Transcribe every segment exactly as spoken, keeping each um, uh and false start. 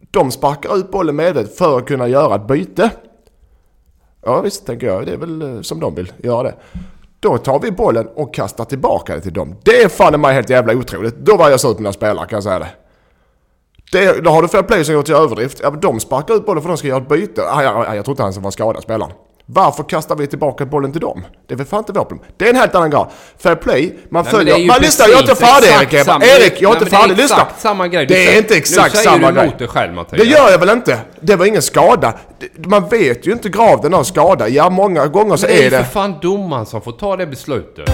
De sparkar ut bollen medvetet för att kunna göra ett byte. Ja visst, tänker jag. Det är väl som de vill göra det. Då tar vi bollen och kastar tillbaka det till dem. Det är fan i mig helt jävla otroligt. Då var jag så ut mina spelare, kan jag säga det. det då har du fair play som går till överdrift. Ja, de sparkar ut bollen för att de ska göra ett byte. Ah, jag, jag, jag tror inte han som var skadad spelaren. Varför kastar vi tillbaka bollen till dem? Det är väl fan inte vår problem. Det är en helt annan grej. Fair play, man nej, följer... Man lyssnar, jag är inte färdig Erik. Samma, Erik, jag är inte färdig. Lyssna. Samma grej. Det är inte exakt samma grej. Det, själv, Mattias. Det gör jag väl inte. Det var ingen skada. Man vet ju inte graden av skada. Ja, många gånger så men det är är det... det är för fan domaren som får ta det beslutet.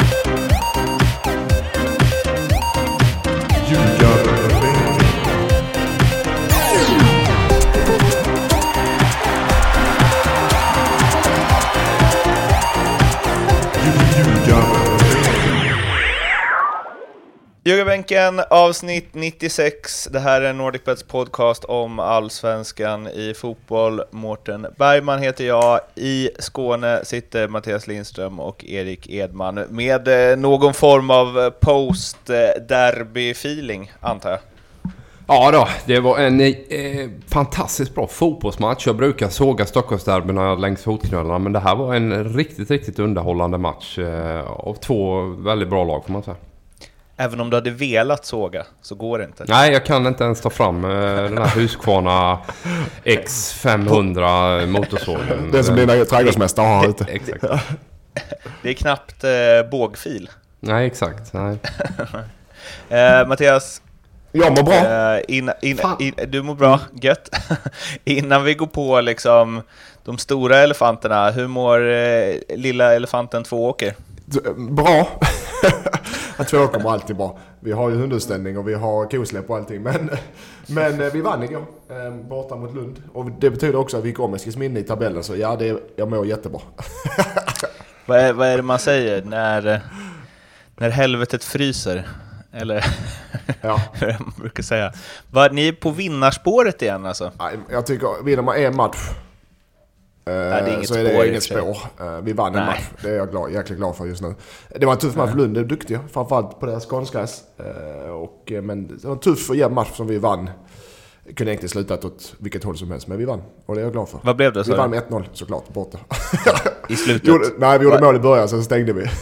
Djurgårdsbänken avsnitt nittiosex. Det här är NordicBets podcast om allsvenskan i fotboll. Mårten Bergman heter jag. I Skåne sitter Mattias Lindström och Erik Edman med någon form av post-derby-feeling, antar jag. Ja då, det var en eh, fantastiskt bra fotbollsmatch. Jag brukar såga Stockholmsderbyna längs fotknölarna, men det här var en riktigt, riktigt underhållande match eh, av två väldigt bra lag, får man säga. Även om du hade velat såga så går det inte. Nej, jag kan inte ens ta fram eh, den här Husqvarna X femhundra motorsågen. Det som dina trädgårdsmästare har ute. Exakt. Det är knappt eh, bågfil. Nej, exakt. Nej. eh, Mattias. Jag mår bra. Eh, in, in, in, du mår bra, gött. Innan vi går på liksom de stora elefanterna, hur mår eh, lilla elefanten två åker? Bra. Att två kommer alltid bra. Vi har ju hundutställning och vi har kosläpp och allting. Men, men vi vann igår eh, borta mot Lund. Och det betyder också att vi kommer Eskilsminne i tabellen. Så ja, det, jag mår jättebra. vad, är, vad är det man säger när, när helvetet fryser? Eller ja. hur man brukar säga. Var ni på vinnarspåret igen alltså? Jag tycker, vinner man en match Nej, det är inget så är det spår, inget spår. Vi vann en Nej. match. Det är jag glad, jäkligt glad för just nu. Det var en tuff match för Lund, de är duktiga. Framförallt på deras konstgräs. Och, men det var en tuff och jämn match som vi vann. Det kunde egentligen slutat åt vilket håll som helst, men vi vann. Och det är jag glad för. Vad blev det så? Vi vann med ett noll såklart, borta. I slutet? Gjorde, nej, vi gjorde mål i början, sen stängde vi.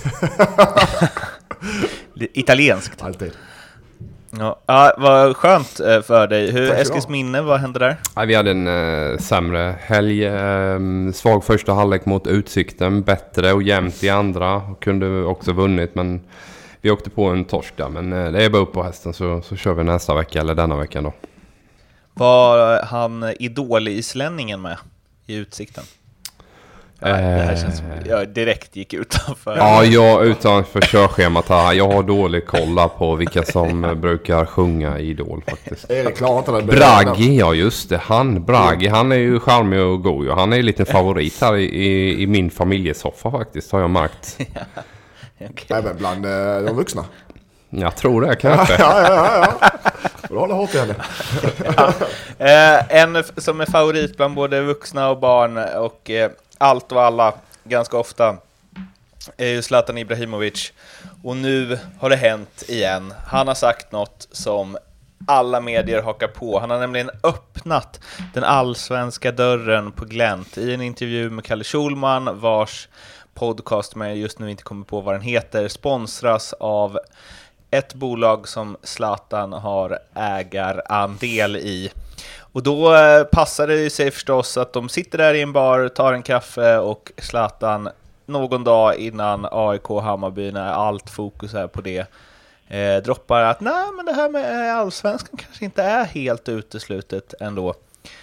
Italienskt. Alltid. Ja, ja, vad skönt för dig. Hur Eskilsminne, vad hände där? Ja, vi hade en eh, sämre helg. Eh, svag första halvlek mot Utsikten. Bättre och jämnt i andra. Och kunde också vunnit, men vi åkte på en torsk där. Men eh, det är bara upp på hästen, så, så kör vi nästa vecka eller denna veckan då. Var han idol-islänningen med i Utsikten? Ja, det här känns som jag direkt gick utanför. Ja, jag utanför körschemat här. Jag har dålig koll på vilka som brukar sjunga i Idol faktiskt. Är det klart inte det? Bragi, ja just det. Han, Bragi, han är ju charmig och god. Han är ju lite favorit här i, i, i min familjesoffa faktiskt, har jag märkt. Ja, okay. Även bland eh, de vuxna. Jag tror det, kanske. ja, ja, ja, ja. Du håller hårt i henne. ja. eh, En som är favorit bland både vuxna och barn och eh, allt och alla ganska ofta är ju Zlatan Ibrahimovic. Och nu har det hänt igen. Han har sagt något som alla medier hakar på. Han har nämligen öppnat den allsvenska dörren på glänt i en intervju med Kalle Schulman, vars podcast med just nu inte kommer på vad den heter, sponsras av ett bolag som Zlatan har ägarandel i. Och då passar det sig förstås att de sitter där i en bar, tar en kaffe och Zlatan någon dag innan A I K Hammarby, när allt fokus är på det, eh, droppar att nej, men det här med allsvenskan kanske inte är helt uteslutet ändå.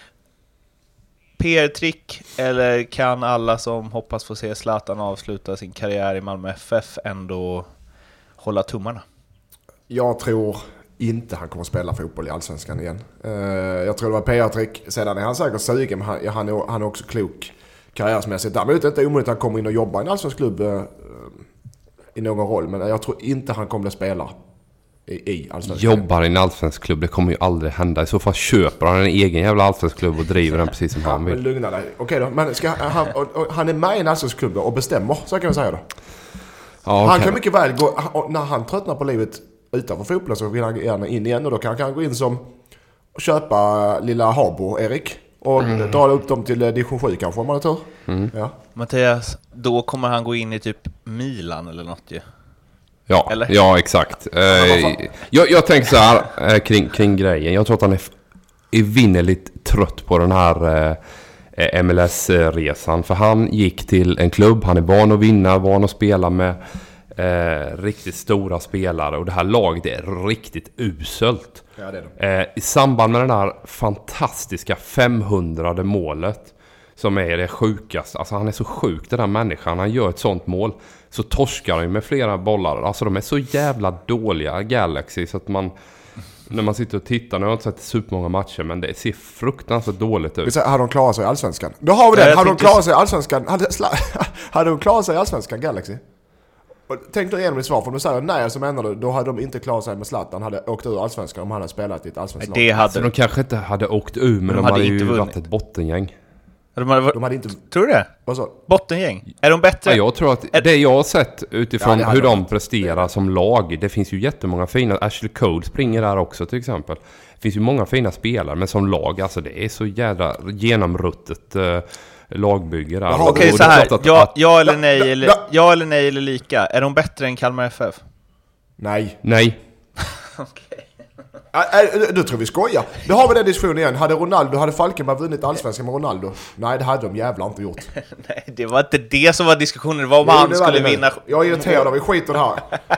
P R-trick, eller kan alla som hoppas få se Zlatan avsluta sin karriär i Malmö F F ändå hålla tummarna? Jag tror inte han kommer att spela fotboll i allsvenskan igen. Uh, jag tror det var P R-trick. Sedan är han säkert sugen, men han, han, är, han är också klok karriärsmässigt. Däremot är det inte omöjligt att han kommer in och jobbar i en allsvensk klubb uh, i någon roll. Men jag tror inte han kommer att spela i, i allsvenskan. Jobbar i en allsvensk klubb, det kommer ju aldrig hända. I så fall köper han en egen jävla allsvensk klubb och driver den precis som ja, han vill. Men lugna dig. Okej då, men ska han, och, och, han är med i en allsvensk klubb och bestämmer, så kan vi säga då. Ja, okay. Han kan mycket väl gå, när han tröttnar på livet utanför fotbollen så vill han gärna in igen, och då kan han gå in som köpa lilla Habo, Erik. Och mm. dra upp dem till division sju kanske om man har tur. Mm. Ja. Mattias, då kommer han gå in i typ Milan eller något ju. Ja, eller? ja exakt. Eh, jag, jag tänker så här eh, kring, kring grejen. Jag tror att han är evinnerligt trött på den här eh, M L S-resan. För han gick till en klubb, han är van att vinna, van att spela med eh, riktigt stora spelare. Och det här laget är riktigt uselt. Ja, det är det. Eh, I samband med den här fantastiska femhundrade målet som är det sjukaste. Alltså han är så sjuk den här människan. Han gör ett sånt mål så torskar han med flera bollar. Alltså de är så jävla dåliga Galaxy så att man... När man sitter och tittar, nu har jag inte sett supermånga matcher, men det ser fruktansvärt dåligt ut. Hade de klarat sig i Allsvenskan? Då har vi det. Hade de klarat sig i Allsvenskan? Hade, hade de klarat sig i Allsvenskan, Galaxy? Och tänk då igenom ditt svar, för du säger nej så menar du, då hade de inte klarat sig med Zlatan, hade åkt ur Allsvenskan om han hade spelat i ett allsvenskt lag. Det hade alltså, de kanske inte hade åkt ur, men, men de, de hade, hade ju vunnit. Varit ett bottengäng. De hade, de hade inte... Tror du det? Vad så? Bottengäng? Är de bättre? Ja, jag tror att det jag har sett utifrån ja, hur de presterar som lag, det finns ju jättemånga fina, Ashley Cole springer där också till exempel. Det finns ju många fina spelare, men som lag, alltså det är så jävla genomruttet uh, lagbygge där. Okej, okay, så här, att, ja, ja, eller nej, da, eller, da. ja eller nej eller lika. Är de bättre än Kalmar F F? Nej. Nej. Okej. Okay. Du tror vi skojar. Då har vi den diskussionen igen. Hade Ronaldo, hade Falkenberg vunnit allsvenskan med Ronaldo? Nej, det hade de jävla inte gjort. Nej, det var inte det som var diskussionen. Det var om jo, han skulle vinna. Jag är irriterad av, vi skiter det här.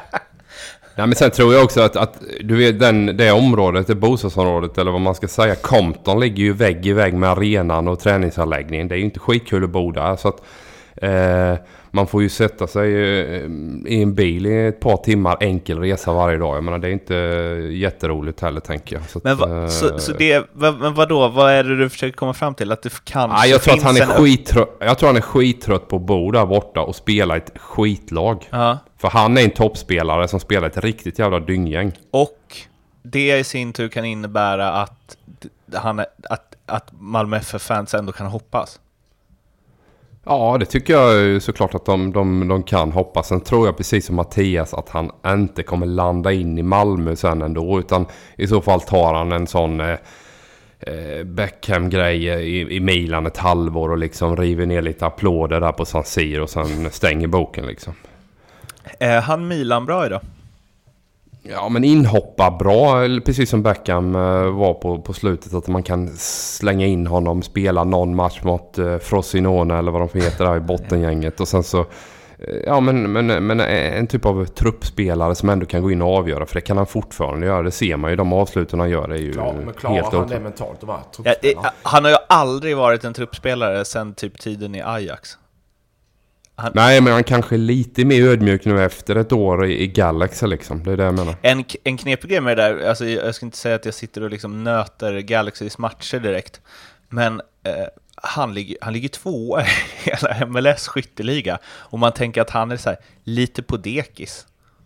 Ja, men sen tror jag också att, att du vet, den, det området, det bostadsområdet eller vad man ska säga, Compton ligger ju vägg i vägg med arenan och träningsanläggningen. Det är ju inte skitkul att bo där, så att eh, man får ju sätta sig eh, i en bil i ett par timmar enkel resa varje dag. Jag menar, det är inte jätteroligt heller, tänker jag. Så att, men va, så, så det, va, men vadå? Vad är det du försöker komma fram till? Att det kanske ja, jag tror att han är en... skittrött. Jag tror han är skittrött på att bo där borta och spela ett skitlag. Ja. För han är en toppspelare som spelar ett riktigt jävla dynggäng. Och det i sin tur kan innebära att, han är, att, att Malmö F F-fans ändå kan hoppas. Ja, det tycker jag såklart att de, de, de kan hoppas. Sen tror jag precis som Mattias att han inte kommer landa in i Malmö sen ändå. Utan i så fall tar han en sån eh, Beckham-grej i, i Milan ett halvår och liksom river ner lite applåder där på San Siro och sen stänger boken liksom. Är han Milan bra idag? Ja, men inhoppa bra, precis som Beckham var på, på slutet, att man kan slänga in honom, spela någon match mot uh, Frosinone eller vad de får heta där i bottengänget och sen så, ja men, men, men en typ av truppspelare som ändå kan gå in och avgöra, för det kan han fortfarande göra, det ser man ju, de avsluten han gör är ju Klar, men klarar helt han det mentalt att vara ja, det, han har ju aldrig varit en truppspelare sen typ tiden i Ajax. Han... Nej, men han kanske är lite mer ödmjuk nu efter ett år i, i Galaxy liksom. Det är det jag menar. En, en knepig grej med det där, alltså jag ska inte säga att jag sitter och liksom nöter Galaxys matcher direkt, men eh, han, ligger, han ligger två i hela M L S skytteliga och man tänker att han är så här, lite på dekis.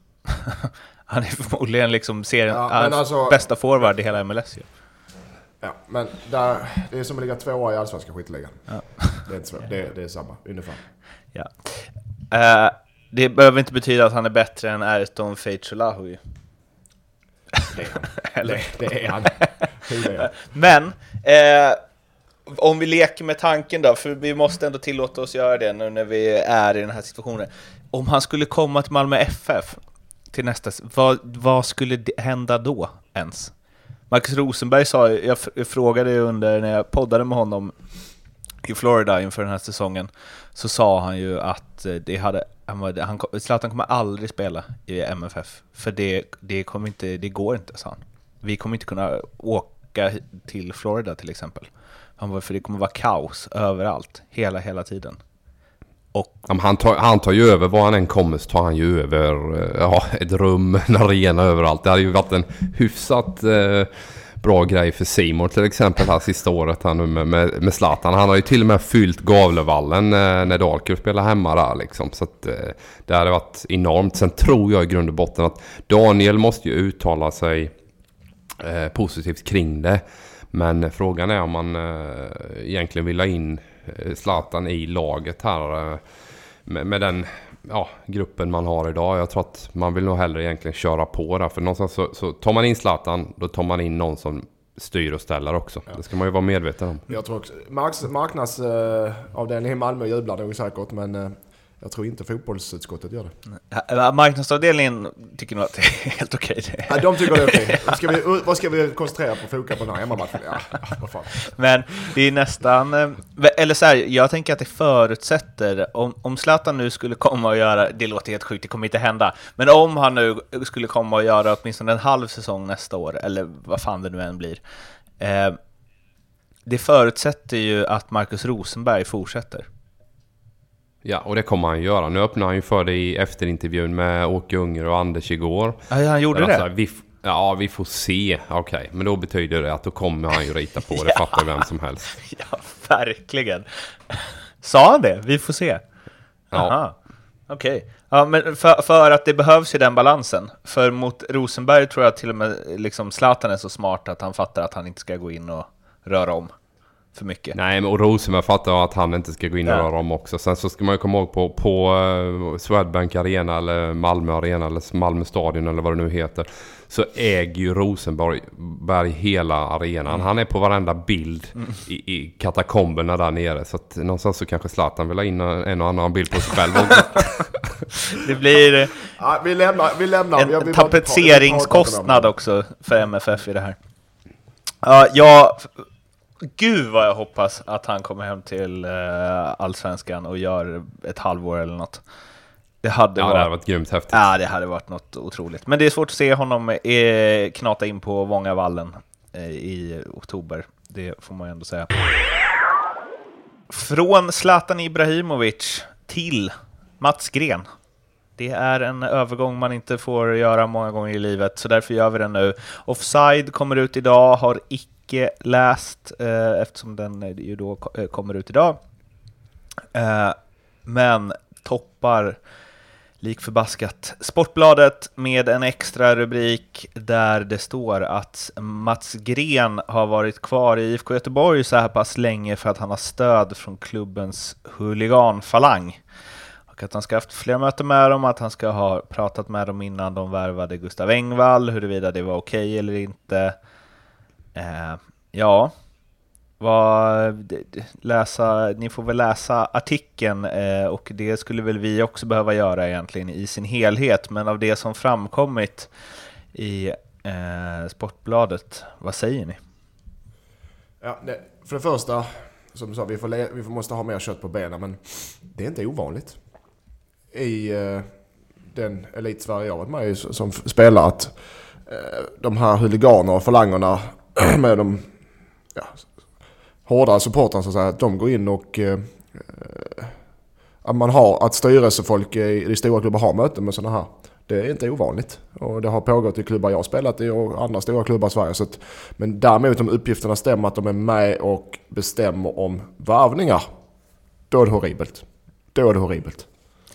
Han är förmodligen liksom serien, ja, alltså, bästa forward i hela M L S ju. Ja, men där, det är som att ligga två i allsvenska skytteligan. Ja. Det är inte så, det, det är samma, ungefär. Ja. Uh, det behöver inte betyda att han är bättre än Ayrton Feitjolahu. Det är han. det, det är han. Det är han. Men uh, om vi leker med tanken då, för vi måste ändå tillåta oss göra det nu när vi är i den här situationen. Om han skulle komma till Malmö F F till nästa, vad, vad skulle hända då ens? Marcus Rosenberg sa, jag, jag frågade under när jag poddade med honom i Florida inför den här säsongen, så sa han ju att det hade, han, Zlatan kommer aldrig spela i M F F för det, det, kommer inte, det går inte, sa han. Vi kommer inte kunna åka till Florida till exempel. Han var, för det kommer vara kaos överallt, hela, hela tiden. Och han, tar, han tar ju över, var han än kommer så tar han ju över ja, ett rum, en arena överallt. Det hade ju varit en hyfsat eh, bra grej för Simon till exempel här sista året här nu med, med, med Zlatan. Han har ju till och med fyllt Gavlevallen eh, när Dalkurd spelar hemma där liksom. Så att, eh, det hade varit enormt. Sen tror jag i grund och botten att Daniel måste ju uttala sig eh, positivt kring det. Men frågan är om man eh, egentligen vill ha in Zlatan i laget här med, med den ja, gruppen man har idag. Jag tror att man vill nog hellre egentligen köra på där. För någonstans så, så tar man in Zlatan, då tar man in någon som styr och ställer också. Ja. Det ska man ju vara medveten om. Jag tror också, marks, marknadsavdelningen i Malmö jublar nog säkert, men eh, jag tror inte fotbollsutskottet gör det. Marknadsavdelningen tycker nog att det är helt okej. Okay. Ja, de tycker det är okej. Okay. Ska vi, vad ska vi koncentrera på? Foka på den här hemmamatchen? Ja, vad fan. Men det är nästan... Eller så här, jag tänker att det förutsätter... Om, om Zlatan nu skulle komma och göra... Det låter helt sjukt, det kommer inte hända. Men om han nu skulle komma och göra åtminstone en halv säsong nästa år, eller vad fan det nu än blir. Eh, det förutsätter ju att Marcus Rosenberg fortsätter. Ja, och det kommer han göra. Nu öppnar han ju för det i efterintervjun med Åke Unger och Anders igår. Ja, han gjorde det? Alltså, vi, ja, vi får se. Okej, okay. Men då betyder det att då kommer han ju rita på. Det ja. fattar vem som helst. Ja, verkligen. Sa han det? Vi får se. Ja. Okej. Okay. Ja, men för, för att det behövs ju den balansen. För mot Rosenberg tror jag till och med liksom Zlatan är så smart att han fattar att han inte ska gå in och röra om för mycket. Nej, men och Rosenberg fattar att han inte ska gå in och ja. röra om också. Sen så ska man ju komma ihåg på, på uh, Swedbank Arena eller Malmö Arena eller Malmö Stadion eller vad det nu heter, så äger ju Rosenberg hela arenan. Mm. Han är på varenda bild mm. i, i katakomberna där nere. Så att någonstans så kanske Zlatan vill ha in en och annan bild på sig själv. Det blir ja, vi lämnar, vi lämnar. en jag, vi tapetseringskostnad också för M F F i det här. Ja, jag... Gud vad jag hoppas att han kommer hem till uh, Allsvenskan och gör ett halvår eller något. Det hade, ja, varit, det hade varit grymt häftigt. Ja, det hade varit något otroligt. Men det är svårt att se honom eh, knata in på Vångavallen eh, i oktober. Det får man ju ändå säga. Från Zlatan Ibrahimovic till Mats Green. Det är en övergång man inte får göra många gånger i livet, så därför gör vi den nu. Offside kommer ut idag, har icke läst eh, eftersom den ju då kommer ut idag. Eh, men toppar lik förbaskat Sportbladet med en extra rubrik där det står att Mats Green har varit kvar i I F K Göteborg så här pass länge för att han har stöd från klubbens huliganfalang. Och att han ska ha haft flera möten med dem, att han ska ha pratat med dem innan de värvade Gustav Engvall, huruvida det var okej okay eller inte. Eh, ja, vad, läsa, ni får väl läsa artikeln eh, och det skulle väl vi också behöva göra egentligen i sin helhet, men av det som framkommit i eh, Sportbladet, vad säger ni? Ja, det, för det första, som du sa, vi, får le, vi måste ha mer kött på benen, men det är inte ovanligt i eh, den elitsverige jag varit med i som spelar att eh, de här huliganer och falangerna med de ja, hårdare supportrarna så att säga, att de går in och eh, att man har att styrelsefolk i de stora klubbar har möten med sådana här. Det är inte ovanligt och det har pågått i klubbar jag har spelat i och andra stora klubbar i Sverige. Så att, men däremot om uppgifterna stämmer att de är med och bestämmer om varvningar, då är det horribelt. Då är det horribelt.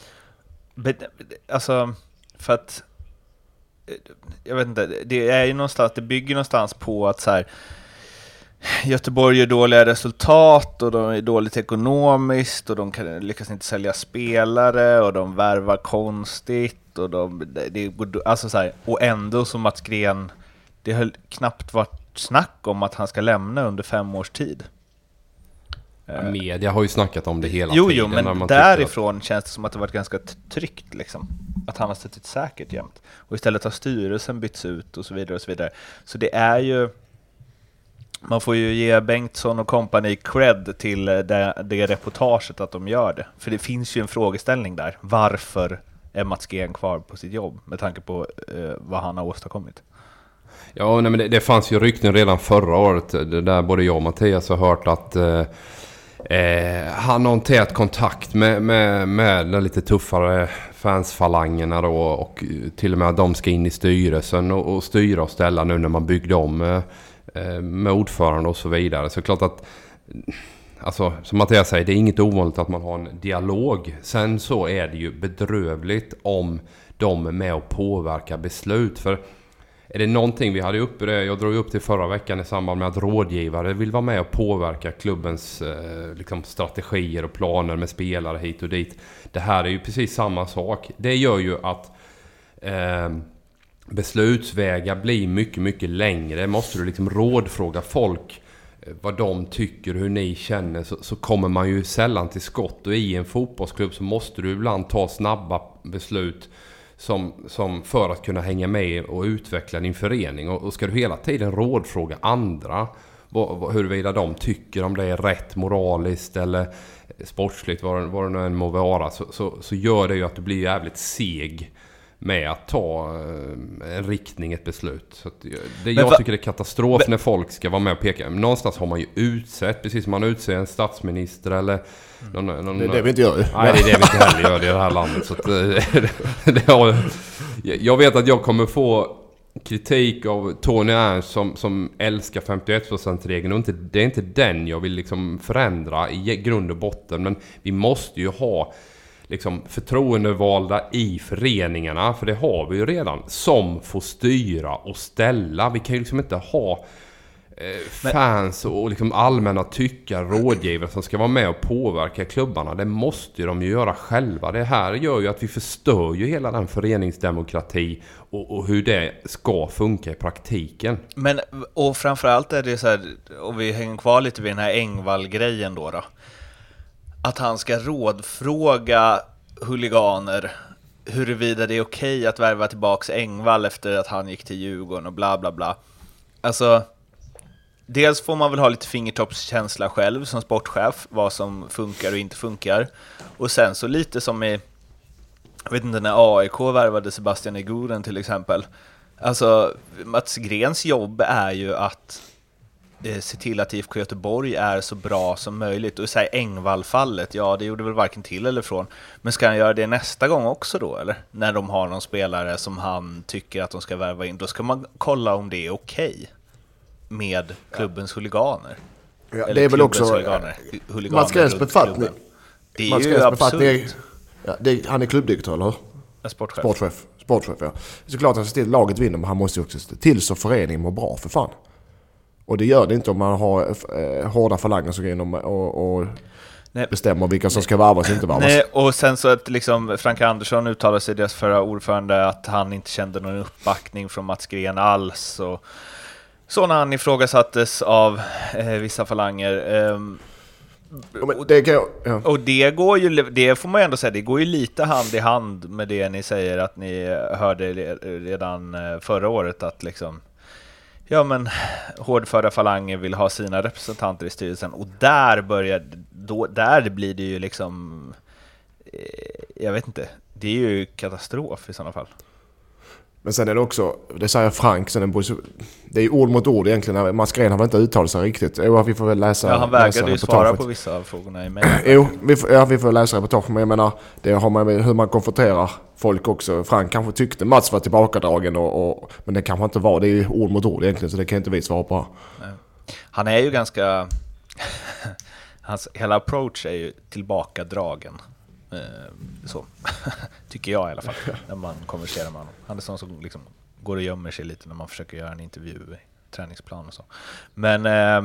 Alltså, för att jag vet inte, det är ju någonstans, det bygger någonstans på att så här, Göteborg gör dåliga resultat och de är dåligt ekonomiskt och de kan, lyckas inte sälja spelare och de värvar konstigt och de, det, alltså så här, och ändå som Mats Green, det har knappt varit snack om att han ska lämna under fem års tid. Ja, media har ju snackat om det hela jo, tiden. Jo, men man därifrån att... känns det som att det varit ganska tryggt liksom. Att han har suttit säkert jämt. Och istället har styrelsen bytts ut och så vidare och så vidare. Så det är ju, man får ju ge Bengtsson och company cred till det, det reportaget att de gör det. För det finns ju en frågeställning där. Varför är Mats Green kvar på sitt jobb med tanke på eh, vad han har åstadkommit? Ja, nej, men det, det fanns ju rykten redan förra året. Det där både jag och Mattias har hört att eh, eh, han har en tät kontakt med, med, med den lite tuffare fansfalangerna då, och till och med att de ska in i styrelsen och, och styra och ställa nu när man byggde om eh, med ordförande och så vidare. Så klart att, alltså, som Mattias säger, det är inget ovanligt att man har en dialog. Sen så är det ju bedrövligt om de är med och påverkar beslut. För är det någonting vi hade uppe det, jag drog upp till förra veckan i samband med att rådgivare vill vara med och påverka klubbens eh, liksom strategier och planer med spelare hit och dit. Det här är ju precis samma sak. Det gör ju att eh, beslutsvägar blir mycket, mycket längre. Måste du liksom rådfråga folk vad de tycker, hur ni känner, så, så kommer man ju sällan till skott. Och i en fotbollsklubb så måste du ibland ta snabba beslut som, som för att kunna hänga med och utveckla din förening. Och, och ska du hela tiden rådfråga andra vad, huruvida de tycker om det är rätt moraliskt eller sportsligt, vad, vad det nu än må vara, så, så, så gör det ju att du blir jävligt seg med att ta en riktning, ett beslut. Så att det, jag va, tycker det är katastrof men, när folk ska vara med och peka. Någonstans har man ju utsett, precis som man utser en statsminister eller någon, någon, det är det vi inte gör. Nej, det är det vi inte heller gör i det här landet. Så att, det har, jag vet att jag kommer få kritik av Tony Ernst som, som älskar femtioett procent-regeln, och inte, det är inte den jag vill liksom förändra i grund och botten, men vi måste ju ha liksom förtroendevalda i föreningarna, för det har vi ju redan, som får styra och ställa. Vi kan ju liksom inte ha eh, fans och liksom allmänna tyckare, rådgivare som ska vara med och påverka klubbarna. Det måste ju de ju göra själva. Det här gör ju att vi förstör ju hela den föreningsdemokrati och, och hur det ska funka i praktiken. Men, och framförallt är det så här, och vi hänger kvar lite vid den här Engvall-grejen då då, att han ska rådfråga huliganer huruvida det är okej att värva tillbaks Engvall efter att han gick till Djurgården och bla bla bla. Alltså, dels får man väl ha lite fingertoppskänsla själv som sportchef, vad som funkar och inte funkar. Och sen så lite som i, jag vet inte, när A I K värvade Sebastian Eguren till exempel. Alltså, Mats Grens jobb är ju att se till att I F K Göteborg är så bra som möjligt. Och säga Engvall-fallet, ja, det gjorde väl varken till eller från. Men ska han göra det nästa gång också då, eller? När de har någon spelare som han tycker att de ska värva in, då ska man kolla om det är okej med klubbens huliganer. Ja, det är väl också huliganer, huliganer Mats Grens befattning. Det är Mats ju Grens absurt. Är, ja, det är, han är klubbdirektör, eller hur? Sportchef. Sportchef. Sportchef, ja. Det är klart att han ser till att laget vinner, men han måste ju också se till så föreningen mår bra, för fan. Och det gör det inte om man har eh, hårda falanger som går in och, och, och bestämmer vilka som ska varvas och inte varvas. Nej, och sen så att liksom Frank Andersson uttalade sig, deras förra ordförande, att han inte kände någon uppbackning från Mats Gren alls. Och så när han ifrågasattes av eh, vissa falanger. Eh, och, det kan jag, ja. och det går ju, det får man ju ändå säga, det går ju lite hand i hand med det ni säger att ni hörde redan förra året, att liksom ja, men hårdföra falanger vill ha sina representanter i styrelsen, och där börjar då, där blir det ju liksom eh, jag vet inte, det är ju katastrof i sådana fall. Men sen är det också, det säger Frank, sen det är ord mot ord egentligen. Mats Gren har väl inte uttalat sig riktigt. Jo, vi får väl läsa. Ja, han vägrade ju svara på vissa av frågorna i mejl. Jo, vi får, ja, vi får läsa reportage, men jag menar, det har man med hur man konfronterar folk också. Frank kanske tyckte Mats var tillbakadragen, och, och, men det kanske inte var. Det är ju ord mot ord egentligen, så det kan inte vi svara på. Nej. Han är ju ganska hans hela approach är ju tillbakadragen. Så tycker jag i alla fall, när man konverserar med honom. Han är sån som liksom går och gömmer sig lite när man försöker göra en intervju i träningsplan och så. Men eh,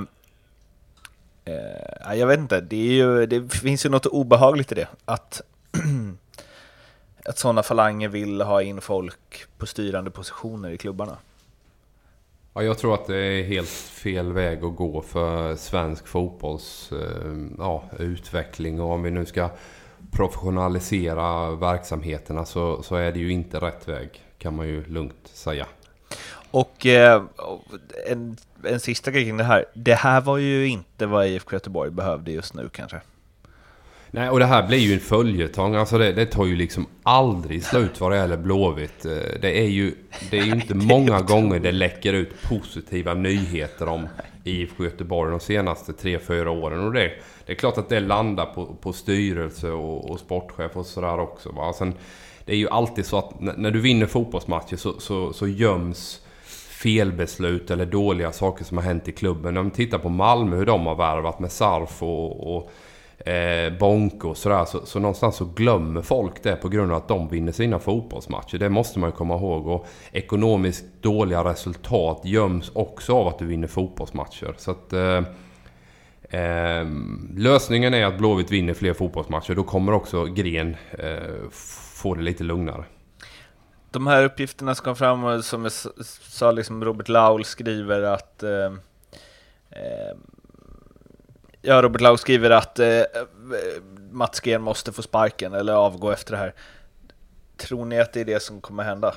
eh, jag vet inte, det, är ju, det finns ju något obehagligt i det, att att sådana falanger vill ha in folk på styrande positioner i klubbarna. Ja, jag tror att det är helt fel väg att gå för svensk fotbolls eh, ja, utveckling, och om vi nu ska professionalisera verksamheterna så, så är det ju inte rätt väg, kan man ju lugnt säga. Och eh, en, en sista grej kring det här. Det här var ju inte vad I F K Göteborg behövde just nu kanske. Nej, och det här blir ju en följetong. Alltså det, det tar ju liksom aldrig slut vad det gäller Blåvitt. Det är ju, det är ju inte många gånger det läcker ut positiva nyheter om I F K Göteborg de senaste tre, fyra åren. Och det, det är klart att det landar på, på styrelse och, och sportchef och sådär också. Va? Sen, det är ju alltid så att när, när du vinner fotbollsmatcher så, så, så göms felbeslut eller dåliga saker som har hänt i klubben. När man tittar på Malmö, hur de har värvat med Sarf och... och Eh, Bonk och sådär, så, så någonstans så glömmer folk det på grund av att de vinner sina fotbollsmatcher. Det måste man ju komma ihåg, och ekonomiskt dåliga resultat göms också av att du vinner fotbollsmatcher. Så att eh, eh, lösningen är att Blåvitt vinner fler fotbollsmatcher. Då kommer också Gren eh, få det lite lugnare. De här uppgifterna ska fram, och som jag sa, liksom Robert Laul skriver att eh, eh, ja, Robert Laul skriver att eh, Mats Green måste få sparken eller avgå efter det här. Tror ni att det är det som kommer hända?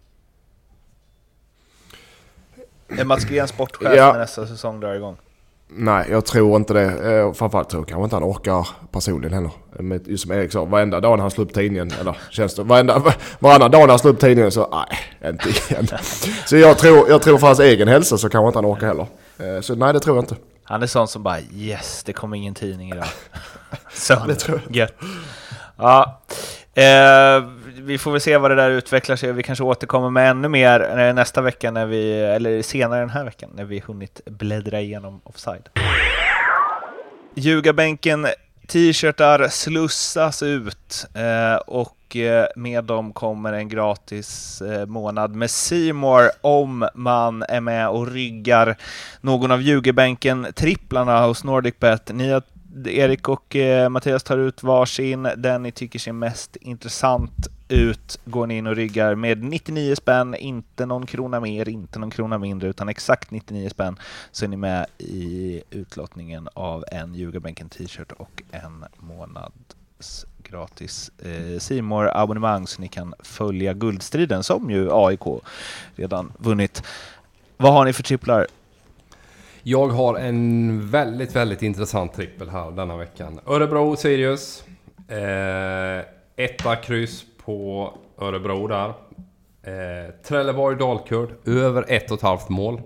Är Mats Green sportchef ja. när nästa säsong drar igång? Nej, jag tror inte det. Eh, framförallt tror jag kanske inte han orkar personligen heller. Med, just som Erik sa, varenda dag när han slår upp tidningen, eller känns det, varenda, varannan dag när han slår upp tidningen så, nej, inte igen. Så jag tror, jag tror för hans egen hälsa så kanske inte han orkar heller. Eh, så nej, det tror jag inte. Han är sån som bara, yes, det kommer ingen tidning idag. Så ja, det tror jag. Gött. Ja, eh, vi får väl se vad det där utvecklar sig. Vi kanske återkommer med ännu mer nästa vecka, när vi, eller senare den här veckan, när vi hunnit bläddra igenom offside. Ljugarbänken t-shirtar slussas ut eh, och eh, med dem kommer en gratis eh, månad med C More om man är med och ryggar någon av Ljugarbänken tripplarna hos NordicBet. Ni har, Erik och eh, Mattias tar ut varsin, den ni tycker ser mest intressant ut går ni in och ryggar med nittionio spänn, inte någon krona mer, inte någon krona mindre, utan exakt nittionio spänn, så är ni med i utlottningen av en Ljugarbänken t-shirt och en månads gratis eh, C More abonnemang, så ni kan följa guldstriden som ju A I K redan vunnit. Vad har ni för tripplar? Jag har en väldigt, väldigt intressant trippel här denna veckan. Örebro, Sirius. Eh, etta kryss på Örebro där. Eh, Trelleborg, Dalkurd. Över ett och ett halvt mål.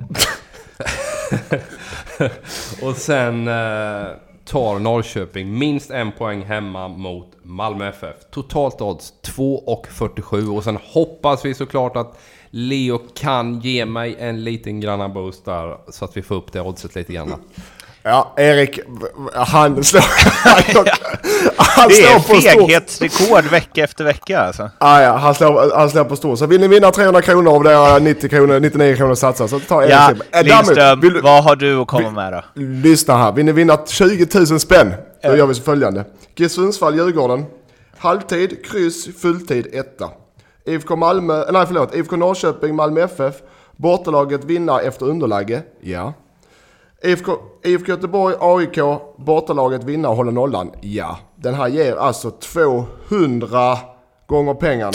Och sen eh, tar Norrköping minst en poäng hemma mot Malmö F F. Totalt odds två fyrtiosju. Och sen hoppas vi såklart att Leo kan ge mig en liten granna boost där, så att vi får upp det oddset lite grann. Ja, Erik, han slår... han det är slår på feghetsrekord vecka efter vecka alltså. Ah, ja, han slår, han slår på stor. Så vill ni vinna trehundra kronor av det nittio kronor, nittionio kronor satsa, så ta Erik. Ja, äh, Lindström, du, vad har du att komma med då? Lyssna här, vill ni vinna tjugo tusen spänn, då gör vi så följande. G Sundsvall, Djurgården, halvtid, kryss, fulltid, etta. I F K Malmö, nej förlåt, I F K Norrköping, Malmö F F, bortalaget vinna efter underläge, ja. I F K, I F K Göteborg, A I K, bortalaget vinna och hålla nollan, ja. Den här ger alltså tvåhundra gånger pengarna.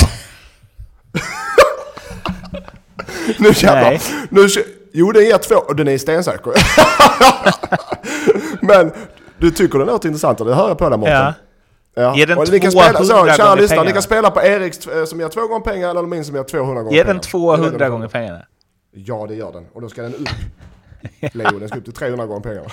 Nu jävlar. Nu, jo, den ger två, och den är stensäker. Men du tycker den är något intressant, det hör jag på den Mårten. Ja. Ja. Ger den och ni kan spela, så, kära lyssnare, ni kan spela på Eriks som ger två gånger pengar eller min som ger tvåhundra gånger ger pengar. Den tvåhundra gånger pengarna? Ja, det gör den. Och då ska den upp. Leo, den ska upp till trehundra gånger pengar.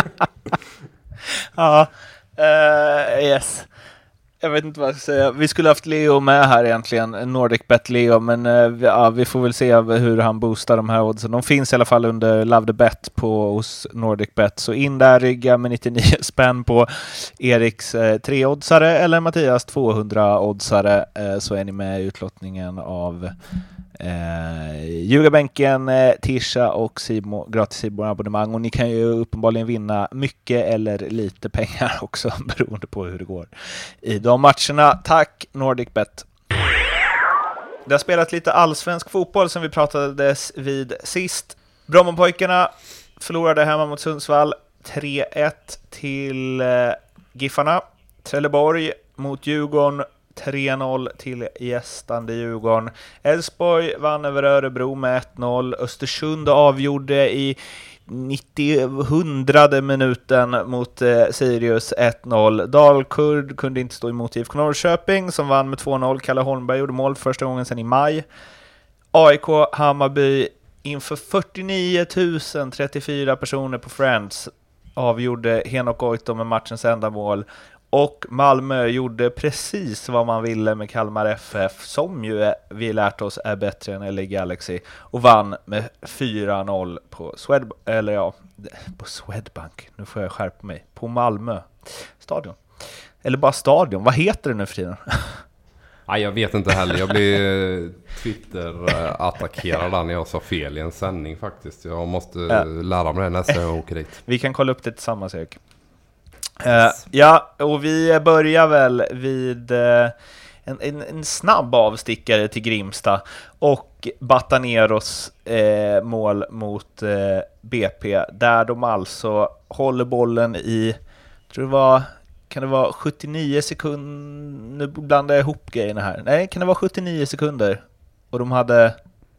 Ja, uh, yes. Jag vet inte vad jag ska säga. Vi skulle haft Leo med här egentligen, NordicBet Leo, men uh, ja, vi får väl se hur han boostar de här oddsen. De finns i alla fall under Love the Bet på, hos NordicBet. Så in där, rygga med nittionio spänn på Eriks uh, tre-oddsare eller Mattias tvåhundra-oddsare, uh, så är ni med i utlottningen av Eh, Ljugarbänken, eh, Tisha och Simo, gratis Simo-abonnemang, och ni kan ju uppenbarligen vinna mycket eller lite pengar också beroende på hur det går i de matcherna. Tack NordicBet. Det har spelat lite allsvensk fotboll som vi pratade vid sist. Brommapojkarna förlorade hemma mot Sundsvall tre ett till eh, Giffarna. Trelleborg mot Djurgården tre noll till gästande Djurgården. Elfsborg vann över Örebro med ett noll. Östersund avgjorde i nittiohundrade minuten mot eh, Sirius ett noll. Dalkurd kunde inte stå emot I F K Norrköping som vann med två noll. Kalle Holmberg gjorde mål första gången sedan i maj. A I K Hammarby inför fyrtionio tusen trettiofyra personer på Friends avgjorde Henok Goitom med matchens enda mål. Och Malmö gjorde precis vad man ville med Kalmar F F, som ju är, vi lärt oss är bättre än L A Galaxy, och vann med fyra noll på Swed, eller ja, på Swedbank. Nu får jag skärpa mig. På Malmö stadion. Eller bara stadion. Vad heter det nu för tiden? Nej, jag vet inte heller. Jag blev Twitter-attackerad när jag sa fel i en sändning faktiskt. Jag måste ja. lära mig det nästa gång jag åker dit. Vi kan kolla upp det tillsammans, Erik. Uh, ja, och vi börjar väl vid uh, en, en, en snabb avstickare till Grimsta och Bataneros eh, mål mot eh, B P, där de alltså håller bollen i, tror det var, kan det vara sjuttionio sekunder, nu blandar jag ihop grejerna här, nej, kan det vara sjuttionio sekunder, och de hade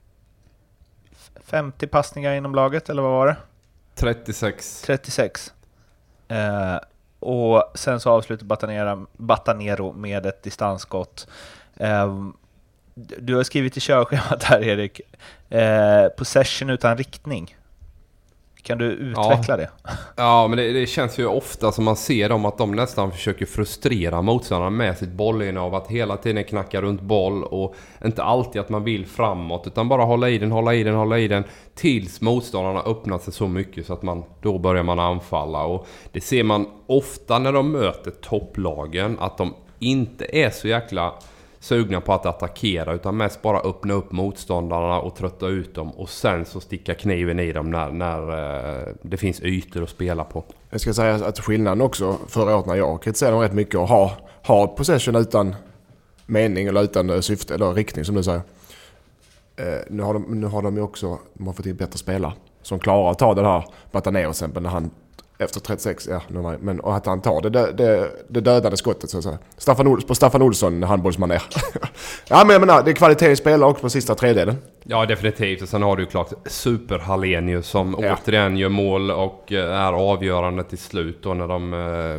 femtio passningar inom laget, eller vad var det? trettiosex. trettiosex. Eh, och sen så avslutar Batanera, Batanero med ett distansskott. Eh, du har skrivit i körschemat här, Erik. Eh, possession utan riktning. Kan du utveckla ja. det? Ja, men det, det känns ju ofta som man ser dem att de nästan försöker frustrera motståndarna med sitt bollinnehav, att hela tiden knacka runt boll och inte alltid att man vill framåt, utan bara hålla i den, hålla i den, hålla i den tills motståndarna öppnar sig så mycket så att man, då börjar man anfalla. Och det ser man ofta när de möter topplagen, att de inte är så jäkla sugna på att attackera, utan mest bara öppna upp motståndarna och trötta ut dem, och sen så sticka kniven i dem när, när eh, det finns ytor att spela på. Jag ska säga att skillnaden också förra året när jag kritiserade dem rätt mycket och ha, ha possession utan mening eller utan syfte eller riktning som du säger. Eh, nu, har de, nu har de ju också de har fått in bättre spelare som klarar att ta det här Batanero exempel när han efter trettiosex, ja, men och att han tar det, det, det, det dödade skottet så att säga. Staffan Ol, på Staffan Olsson, handbollsmanér. Ja, men jag menar, det är kvalitet i spelare också på sista tredjedelen. Ja, definitivt. Och sen har du ju klart Super Hallenius som ja. återigen gör mål och är avgörande till slut. Och när de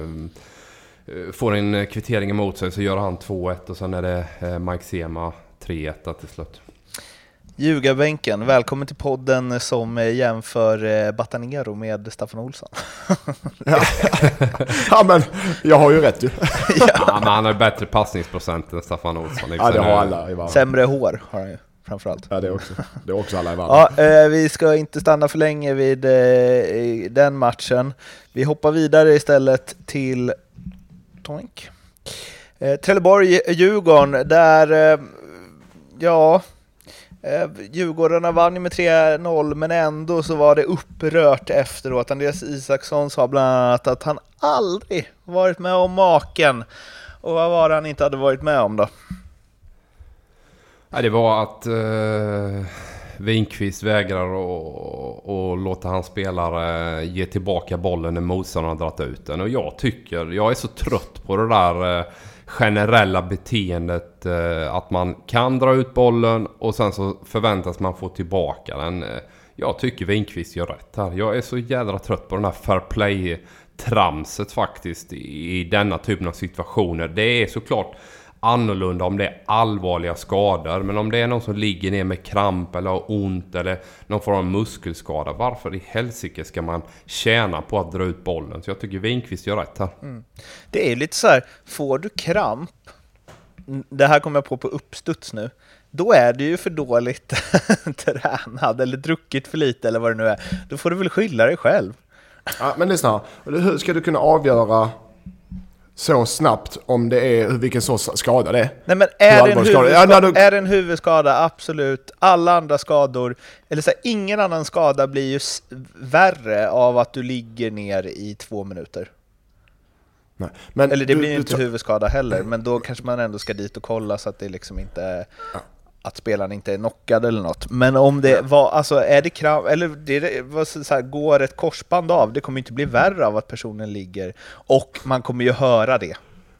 eh, får en kvittering emot sig så gör han två ett, och sen är det eh, Mike Sema tre ett till slut. Ljugarbänken, välkommen till podden som jämför Batanero med Staffan Olsson. ja. ja, men jag har ju rätt ju. ja. ja, men han har bättre passningsprocent än Staffan Olsson. Ja, det har alla i varje. Sämre hår har han ju, framförallt. Ja, det är också, det är också alla i varje. Ja, eh, vi ska inte stanna för länge vid eh, den matchen. Vi hoppar vidare istället till Toink. Eh, Trelleborg-Djurgården, där, eh, ja... Djurgårdarna vann ju med tre noll, men ändå så var det upprört efteråt. Andreas Isaksson sa bland annat att han aldrig varit med om maken. Och vad var det han inte hade varit med om då? Ja, det var att eh, Winqvist vägrar att låta hans spelare ge tillbaka bollen när motståndaren har dragit ut den. Och jag tycker, jag är så trött på det där eh, generella beteendet eh, att man kan dra ut bollen och sen så förväntas man få tillbaka den. Jag tycker Winqvist gör rätt här. Jag är så jädra trött på den här fair play-tramset faktiskt i, i denna typen av situationer. Det är såklart annorlunda om det är allvarliga skador, men om det är någon som ligger ner med kramp eller har ont eller någon form av muskelskada, varför i helsike ska man tjäna på att dra ut bollen? Så jag tycker Winqvist gör rätt här. Mm. Det är lite så här, får du kramp, det här kommer jag på på uppstuds nu, då är du ju för dåligt tränad eller druckit för lite eller vad det nu är. Då får du väl skylla dig själv. Ja, men lyssna, hur ska du kunna avgöra så snabbt om det är vilken sorts skada det är? Nej, men är det en huvudskada, ja, du... är det en huvudskada, absolut. Alla andra skador, eller så här, ingen annan skada blir ju värre av att du ligger ner i två minuter. Nej, men eller det du, blir ju du, inte du... huvudskada heller, men då kanske man ändå ska dit och kolla så att det liksom inte ja. Att spelaren inte är knockad eller något. Men om det var, alltså är det krav, eller det var så här, går ett korsband av, det kommer inte bli värre av att personen ligger, och man kommer ju höra det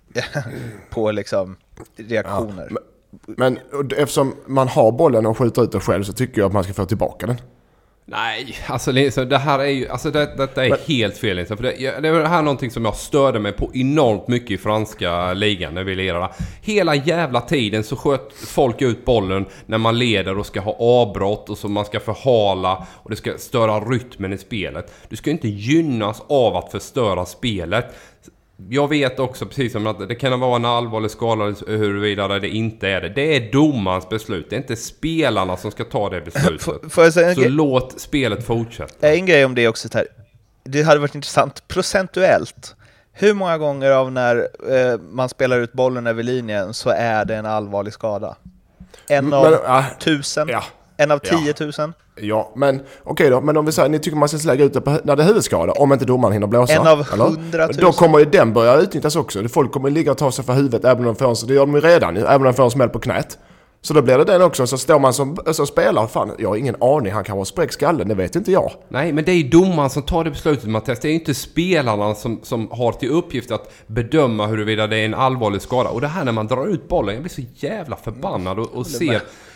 på liksom reaktioner. Ja, men, men eftersom man har bollen och skjuter ut den själv, så tycker jag att man ska få tillbaka den. Nej, alltså det här är ju, alltså det, detta är men, helt fel. För det, det är här någonting som jag störde mig på enormt mycket i franska ligan när vi lirade. Hela jävla tiden så sköt folk ut bollen när man leder och ska ha avbrott och så man ska förhala och det ska störa rytmen i spelet. Du ska inte gynnas av att förstöra spelet. Jag vet också precis som att det kan vara en allvarlig skada huruvida det inte är det. Det är domarens beslut. Det är inte spelarna som ska ta det beslutet. Får, får jag säga så låt spelet fortsätta. En grej om det också här. Det hade varit intressant procentuellt. Hur många gånger av när eh, man spelar ut bollen över linjen så är det en allvarlig skada? En av Men, äh, tusen? Ja. En av tio tusen? Ja, men okej okay då. Men om vi säger ni tycker man ska lägga ut det på, när det är huvudskada, om inte domaren hinner blåsa. En av hundratusen. Då kommer ju den börja utnyttjas också. Folk kommer ligga och ta sig för huvudet även om de får en, det gör de ju redan, även om de får en smäll på knät. Så då blir det den också. Så står man som, som spelar, fan, jag har ingen aning, han kan vara spräck skallen, det vet inte jag. Nej, men det är ju domaren som tar det beslutet, Mattias. Det är inte spelarna som, som har till uppgift att bedöma huruvida det är en allvarlig skada. Och det här när man drar ut bollen, jag blir så jävla förbannad och, och ser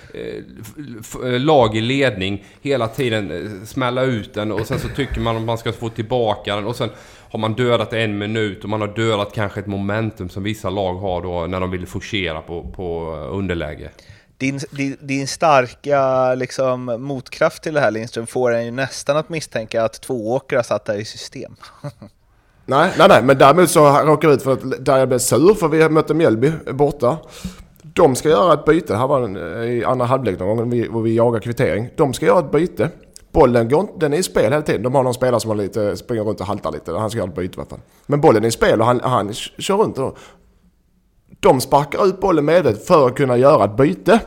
eh, lag i ledning hela tiden eh, smälla ut den. Och sen så tycker man att man ska få tillbaka den. Och sen har man dödat en minut och man har dödat kanske ett momentum som vissa lag har då när de vill forcera på, på underläge. Din, din, din starka liksom, motkraft till det här, Lindström, får en ju nästan att misstänka att två åkare har satt där i system. nej, nej, nej, men däremot så råkar jag ut för att där jag blev sur för vi mötte Mjällby borta. De ska göra ett byte, det här var en, i andra halvlek någon gång vi, vi jagar kvittering. De ska göra ett byte. Bollen går inte, den är i spel hela tiden. De har någon spelare som har lite, springer runt och haltar lite. Han ska göra ett byte i alla fall. Men bollen är i spel och han, han kör runt. Och de sparkar ut bollen medvetet för att kunna göra ett byte.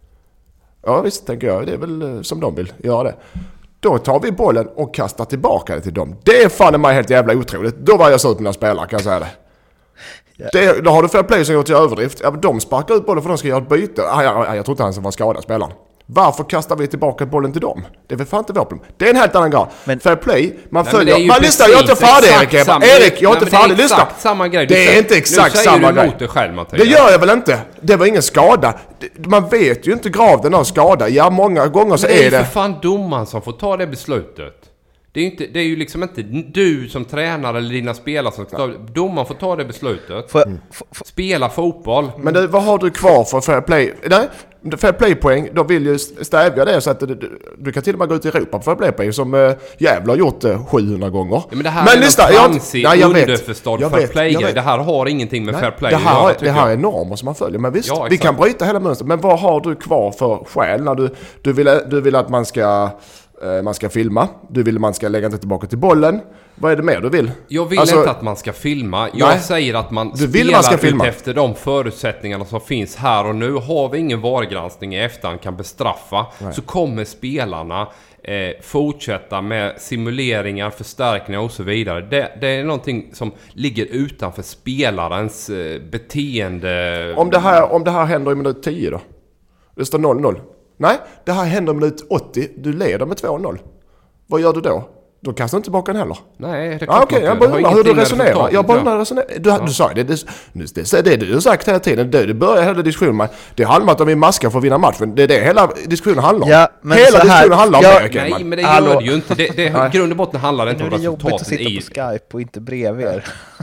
Ja visst, tänker jag. Det är väl som de vill göra det. Då tar vi bollen och kastar tillbaka det till dem. Det är fan mig helt jävla otroligt. Då var jag så ut mina spelare, kan jag säga det. Yeah. det då har du fair play som går till överdrift. Ja, de sparkar ut bollen för de ska göra ett byte. Ah, jag, jag tror inte han som var skadad spelaren. Varför kastar vi tillbaka bollen till dem? Det är väl fan inte vår problem. Det är en helt annan grej. Men fair play, man nej, följer... Man lyssnar, jag är inte färdig Erik. Samma, Erik, jag är inte färdig. Lyssna. Exakt samma grej. Det är inte exakt samma grej. Det själv, det gör jag väl inte. Det var ingen skada. Man vet ju inte graden av skada. Ja, många gånger så men det är, är det... det för fan domaren som får ta det beslutet. Det är, inte, det är ju liksom inte du som tränare eller dina spelare som ska ta, domaren får ta det beslutet. Mm. Spela fotboll. Men det, vad har du kvar för fair play? Nej, fair play-poäng, de vill ju stävja det så att du, du kan till och med gå ut i Europa på fair play-poäng som äh, jävla har gjort äh, sjuhundra gånger. Ja, men det här men är lyssna, någon fancy, underförstådd fair play. Det här har ingenting med nej, fair play det här, att göra, det här är normer som man följer. Men visst, ja, vi kan bryta hela mönstret. Men vad har du kvar för skäl när du, du, vill, du vill att man ska... Man ska filma. Du vill att man ska lägga inte tillbaka till bollen. Vad är det mer du vill? Jag vill alltså, inte att man ska filma. Jag nej, säger att man du spelar man ska filma. Ut efter de förutsättningarna som finns här och nu. Har vi ingen vargranskning i efterhand kan bestraffa nej. Så kommer spelarna eh, fortsätta med simuleringar, förstärkningar och så vidare. Det, det är någonting som ligger utanför spelarens eh, beteende. Om det, här, om det här händer i minut tio då? Det står noll noll. Nej, det här händer minut åttio. Du leder med två noll. Vad gör du då? Då kastar du inte tillbaka den heller. Nej, det är klart ah, okay, jag bara undrar hur du resonerar. Jag bara undrar resonerar. Du, ja. du sa det. Det, det, det, det du har sagt hela tiden. Det, det börjar hela diskussionen med. Det handlar om att vi maskar för att vinna matchen. Det är det hela diskussionen handlar om. Ja, men hela diskussionen handlar om ja, det. Nej, men det gör Hallå. det ju inte. Det, det, grund och botten handlar inte om resultaten i... Nu är det jobbigt att sitta på Skype och inte bredvid er.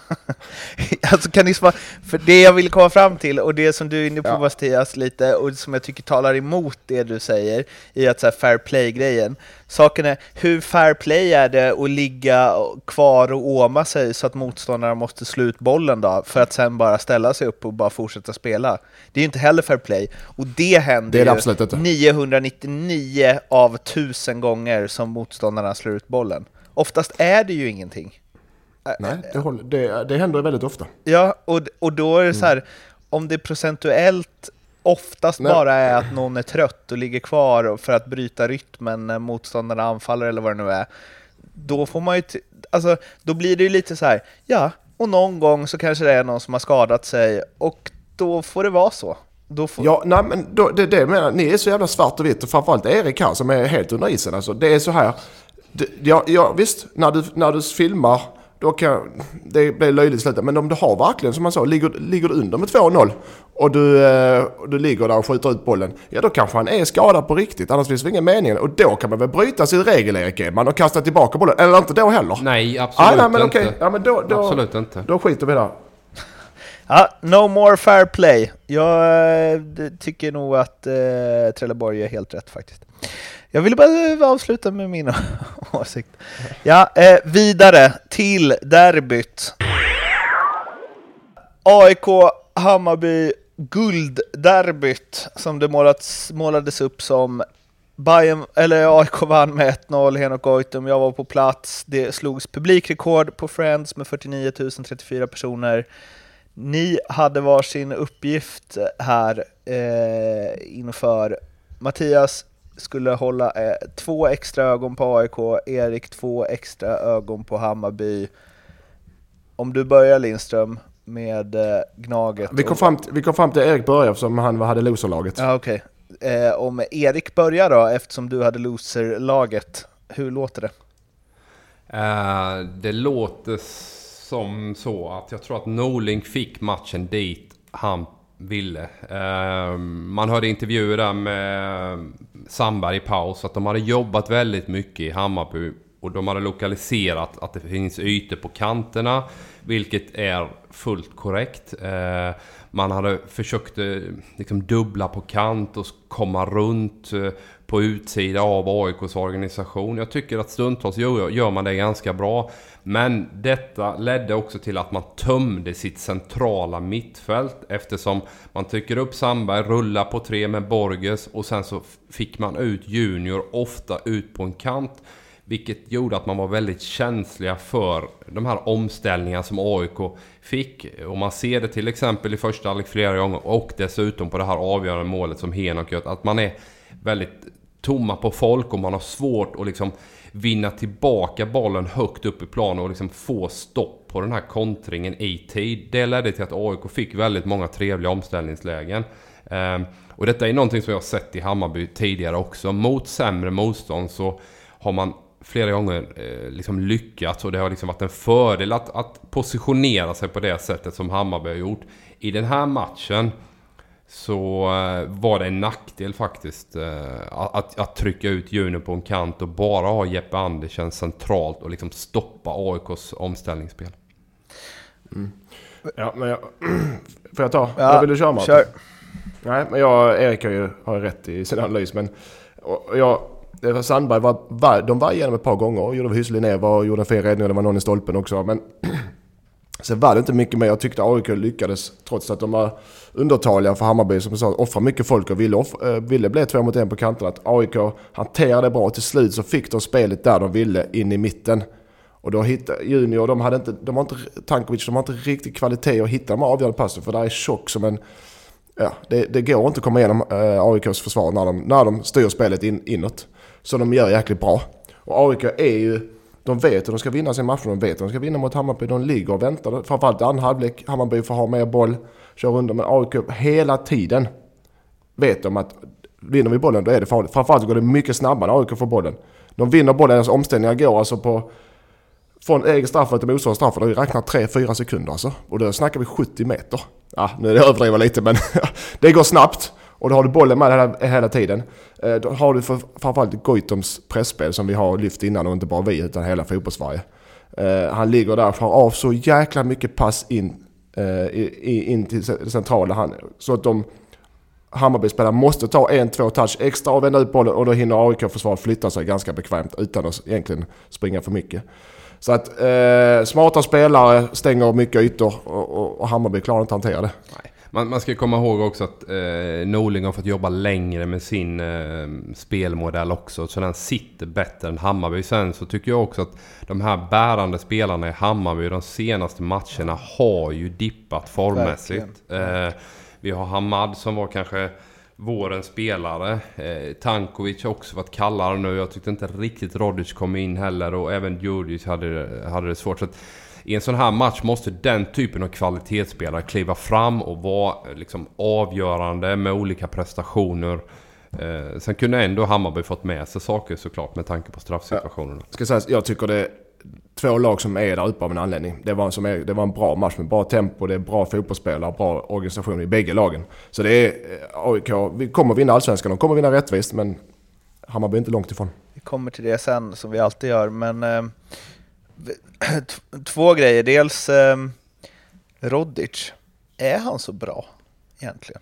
Alltså kan ni svara... För det jag vill komma fram till och det som du är inne på, ja. Mattias, lite och som jag tycker talar emot det du säger i att så här fair play-grejen. Saken är, hur fair play är det att ligga kvar och åma sig så att motståndarna måste slå ut bollen då för att sen bara ställa sig upp och bara fortsätta spela? Det är ju inte heller fair play. Och det händer det är ju niohundranittionio av tusen gånger som motståndarna slår ut bollen. Oftast är det ju ingenting. Nej, det, håller, det, det händer väldigt ofta. Ja, och, och då är det så här, mm. om det procentuellt oftast Nej. bara är att någon är trött och ligger kvar för att bryta rytmen när motståndarna anfaller eller vad det nu är, då får man ju t- alltså, då blir det ju lite så här, ja, och någon gång så kanske det är någon som har skadat sig och då får det vara så. Då får... Ja, nej, men då, det, det menar, ni är så jävla svart och vitt och framförallt Erik här som är helt under isen. Alltså, det är så här, det, ja, ja, visst, när du, när du filmar då kan det blir löjligt slutet. Men om du har verkligen, som man sa, ligger, ligger du under med två noll och du, eh, du ligger där och skjuter ut bollen, ja då kanske han är skadad på riktigt. Annars finns det ingen mening. Och då kan man väl bryta sin regel, Erik Edman, och kasta tillbaka bollen. Eller inte då heller? Nej, absolut ah, nej, men inte. Okay. Ja, men då, då, absolut inte. Då skiter vi där. Ja, no more fair play. Jag eh, tycker nog att eh, Trelleborg är helt rätt faktiskt. Jag ville bara avsluta med min åsikt. Ja, eh, vidare till derbyt. A I K Hammarby guldderbyt som det målats, målades upp som. Bayern, eller A I K vann med ett noll, Henok Goitom, jag var på plats. Det slogs publikrekord på Friends med fyrtionio tusen trettiofyra personer. Ni hade varsin uppgift här eh, inför. Mattias, skulle hålla eh, två extra ögon på A I K, Erik två extra ögon på Hammarby. Om du börjar, Lindström, med eh, Gnaget. Vi kom, fram till, vi kom fram till Erik börjar eftersom han hade loserlaget. Ja, okej. Okay. Eh, om Erik börjar då, eftersom du hade loserlaget, hur låter det? Uh, det låter som så att jag tror att Norling fick matchen dit han ville. Uh, man hörde intervjuer där med Sandberg i paus att de hade jobbat väldigt mycket i Hammarby och de hade lokaliserat att det finns ytor på kanterna, vilket är fullt korrekt. Uh, man hade försökt liksom dubbla på kant och komma runt på utsida av A I K:s organisation. Jag tycker att stundtals gör, gör man det ganska bra. Men detta ledde också till att man tömde sitt centrala mittfält eftersom man tycker upp Sandberg, rullar på tre med Borges och sen så fick man ut Junior ofta ut på en kant. Vilket gjorde att man var väldigt känsliga för de här omställningarna som A I K fick. Och man ser det till exempel i första halvlek flera gånger och dessutom på det här avgörande målet som Henok gör. Att man är väldigt tomma på folk och man har svårt att liksom vinna tillbaka bollen högt upp i planen och liksom få stopp på den här kontringen i tid. Det ledde till att A I K fick väldigt många trevliga omställningslägen. Ehm, och detta är någonting som jag har sett i Hammarby tidigare också. Mot sämre motstånd så har man flera gånger eh, liksom lyckats och det har liksom varit en fördel att, att positionera sig på det sättet som Hammarby har gjort. I den här matchen så eh, var det en nackdel faktiskt eh, att, att trycka ut Junior på en kant och bara ha Jeppe Andersen centralt och liksom stoppa A I K:s omställningsspel. Mm. Ja, men jag, får jag ta? Ja, jag vill du köra, Martin? Kör. Nej, men jag, Erik har ju har rätt i sin analys, men och jag det var Sandberg var, var, de var igenom ett par gånger och gjorde hysslig ner var, och gjorde en fel räddning och det var någon i stolpen också. Men sen var det inte mycket mer. Jag tyckte A I K lyckades trots att de var undertaliga för Hammarby som sa offra mycket folk och ville, off, äh, ville bli två mot en på kanten. Att A I K hanterade bra till slut så fick de spelet där de ville in i mitten. Och då hittade Junior, de hade inte, de har inte Tankovic, de har inte riktigt kvalitet att hitta de avgörande passen för där är tjock som en ja, det, det går inte att komma igenom äh, A I K:s försvar när de, när de styr spelet in, inåt. Så de gör jäkligt bra. Och A I K är ju, de vet hur de ska vinna sin match, de vet hur de ska vinna mot Hammarby. De ligger och väntar, framförallt i andra halvlek. Hammarby får ha mer boll, kör under, men A I K hela tiden vet de att vinner vi bollen då är det farligt. Framförallt går det mycket snabbare när A I K får bollen. De vinner bollen, alltså omställningar går alltså på från egen straffet till motståndars straffet. Då räknar tre fyra sekunder alltså. Och då snackar vi sjuttio meter. Ja, nu är det överdrivet lite, men det går snabbt. Och då har du bollen med hela, hela tiden. Eh, då har du för, framförallt Goitoms pressspel som vi har lyft innan och inte bara vi utan hela fotbollssverige. Eh, han ligger där och har av så jäkla mycket pass in, eh, i, in till det centrala. Han, så att de Hammarby-spelare måste ta en, två touch extra och vända ut bollen och då hinner A I K-försvaret flytta sig ganska bekvämt utan att egentligen springa för mycket. Så att eh, smarta spelare stänger mycket ytor och, och, och Hammarby klarar inte att hantera det. Nej. Man, man ska komma ihåg också att eh, Norling har fått jobba längre med sin eh, spelmodell också. Så den sitter bättre än Hammarby. Sen så tycker jag också att de här bärande spelarna i Hammarby de senaste matcherna har ju dippat formmässigt. Eh, vi har Hamad som var kanske vårens spelare. Eh, Tankovic har också varit kallare nu. Jag tyckte inte riktigt Rodic kom in heller och även Djurdjic hade, hade det svårt. Så att i en sån här match måste den typen av kvalitetsspelare kliva fram och vara liksom avgörande med olika prestationer. Eh, sen kunde ändå Hammarby fått med sig saker såklart med tanke på straffsituationerna. Ja. Ska säga, jag tycker det är två lag som är där uppe av en anledning. Det var, som är, det var en bra match med bra tempo, det är bra fotbollsspelare, bra organisation i bägge lagen. Så det är A I K, vi kommer vinna allsvenskan, de kommer vinna rättvist, men Hammarby är inte långt ifrån. Vi kommer till det sen som vi alltid gör, men eh, två grejer. Dels eh, Rodic, är han så bra egentligen?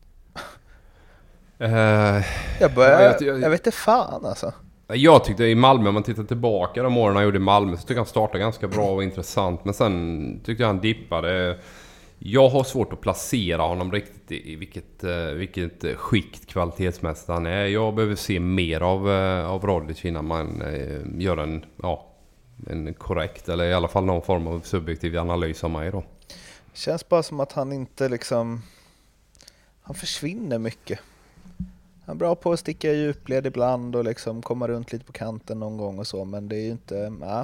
Uh, jag, börjar, jag, jag, jag vet inte fan alltså. Jag tyckte i Malmö, om man tittar tillbaka de åren han gjorde i Malmö, så tyckte jag han startade ganska bra och intressant. Men sen tyckte jag han dippade. Jag har svårt att placera honom riktigt i vilket, vilket skikt kvalitetsmässigt han är. Jag behöver se mer av, av Rodic innan man gör en, ja, en korrekt eller i alla fall någon form av subjektiv analys av mig då. Känns bara som att han inte liksom, han försvinner mycket. Han är bra på att sticka i djupled ibland och liksom komma runt lite på kanten någon gång och så, men det är ju inte... Ja.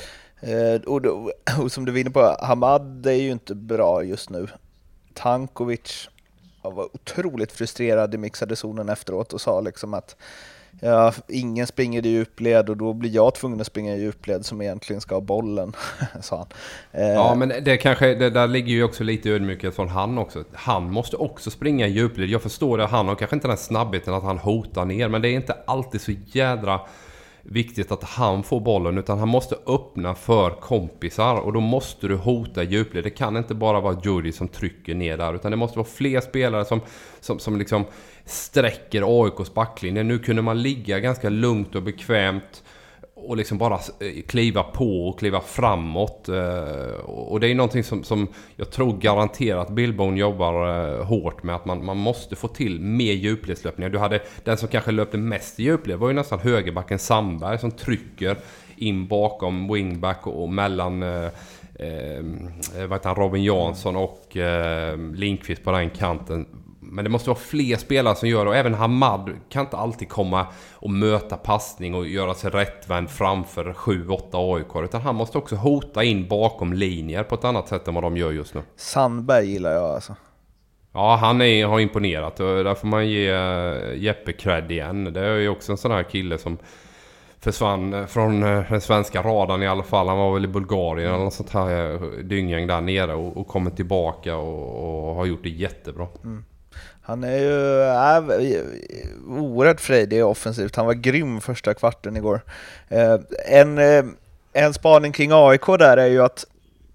Eh, och, då, och som du vinner på, Hamad är ju inte bra just nu. Tankovic var otroligt frustrerad i mixade zonen efteråt och sa liksom att ja, ingen springer i djupled och då blir jag tvungen att springa i djupled som egentligen ska ha bollen, sa han. Eh, ja, men det kanske, det där ligger ju också lite ödmjukhet från han också. Han måste också springa i djupled. Jag förstår det, han har kanske inte den snabbheten att han hotar ner, men det är inte alltid så jädra viktigt att han får bollen, utan han måste öppna för kompisar och då måste du hota djupled. Det kan inte bara vara Jody som trycker ner där, utan det måste vara fler spelare som, som, som liksom sträcker A I K:s backlinje. Nu kunde man ligga ganska lugnt och bekvämt och liksom bara kliva på och kliva framåt. Och det är någonting som, som jag tror garanterat Billbone jobbar hårt med, att man, man måste få till mer djupledslöpningar. Du hade den som kanske löpte mest i djupled var ju nästan högerbacken Sandberg som trycker in bakom wingback och, och mellan eh, eh, vad heter han, Robin Jansson och eh, Lindqvist på den kanten. Men det måste vara fler spelare som gör det. Och även Hamad kan inte alltid komma och möta passning och göra sig rättvänd framför sju åtta A I K. Utan han måste också hota in bakom linjer på ett annat sätt än vad de gör just nu. Sandberg gillar jag alltså. Ja, han är, har imponerat. Och där får man ge Jeppe cred igen. Det är ju också en sån här kille som försvann från den svenska radarn i alla fall. Han var väl i Bulgarien eller något sånt här dynggäng där nere. Och, och kommit tillbaka och, och har gjort det jättebra. Mm. Han är ju äh, oerhört frejdig offensivt. Han var grym första kvarten igår. Eh, en, eh, en spaning kring A I K där är ju att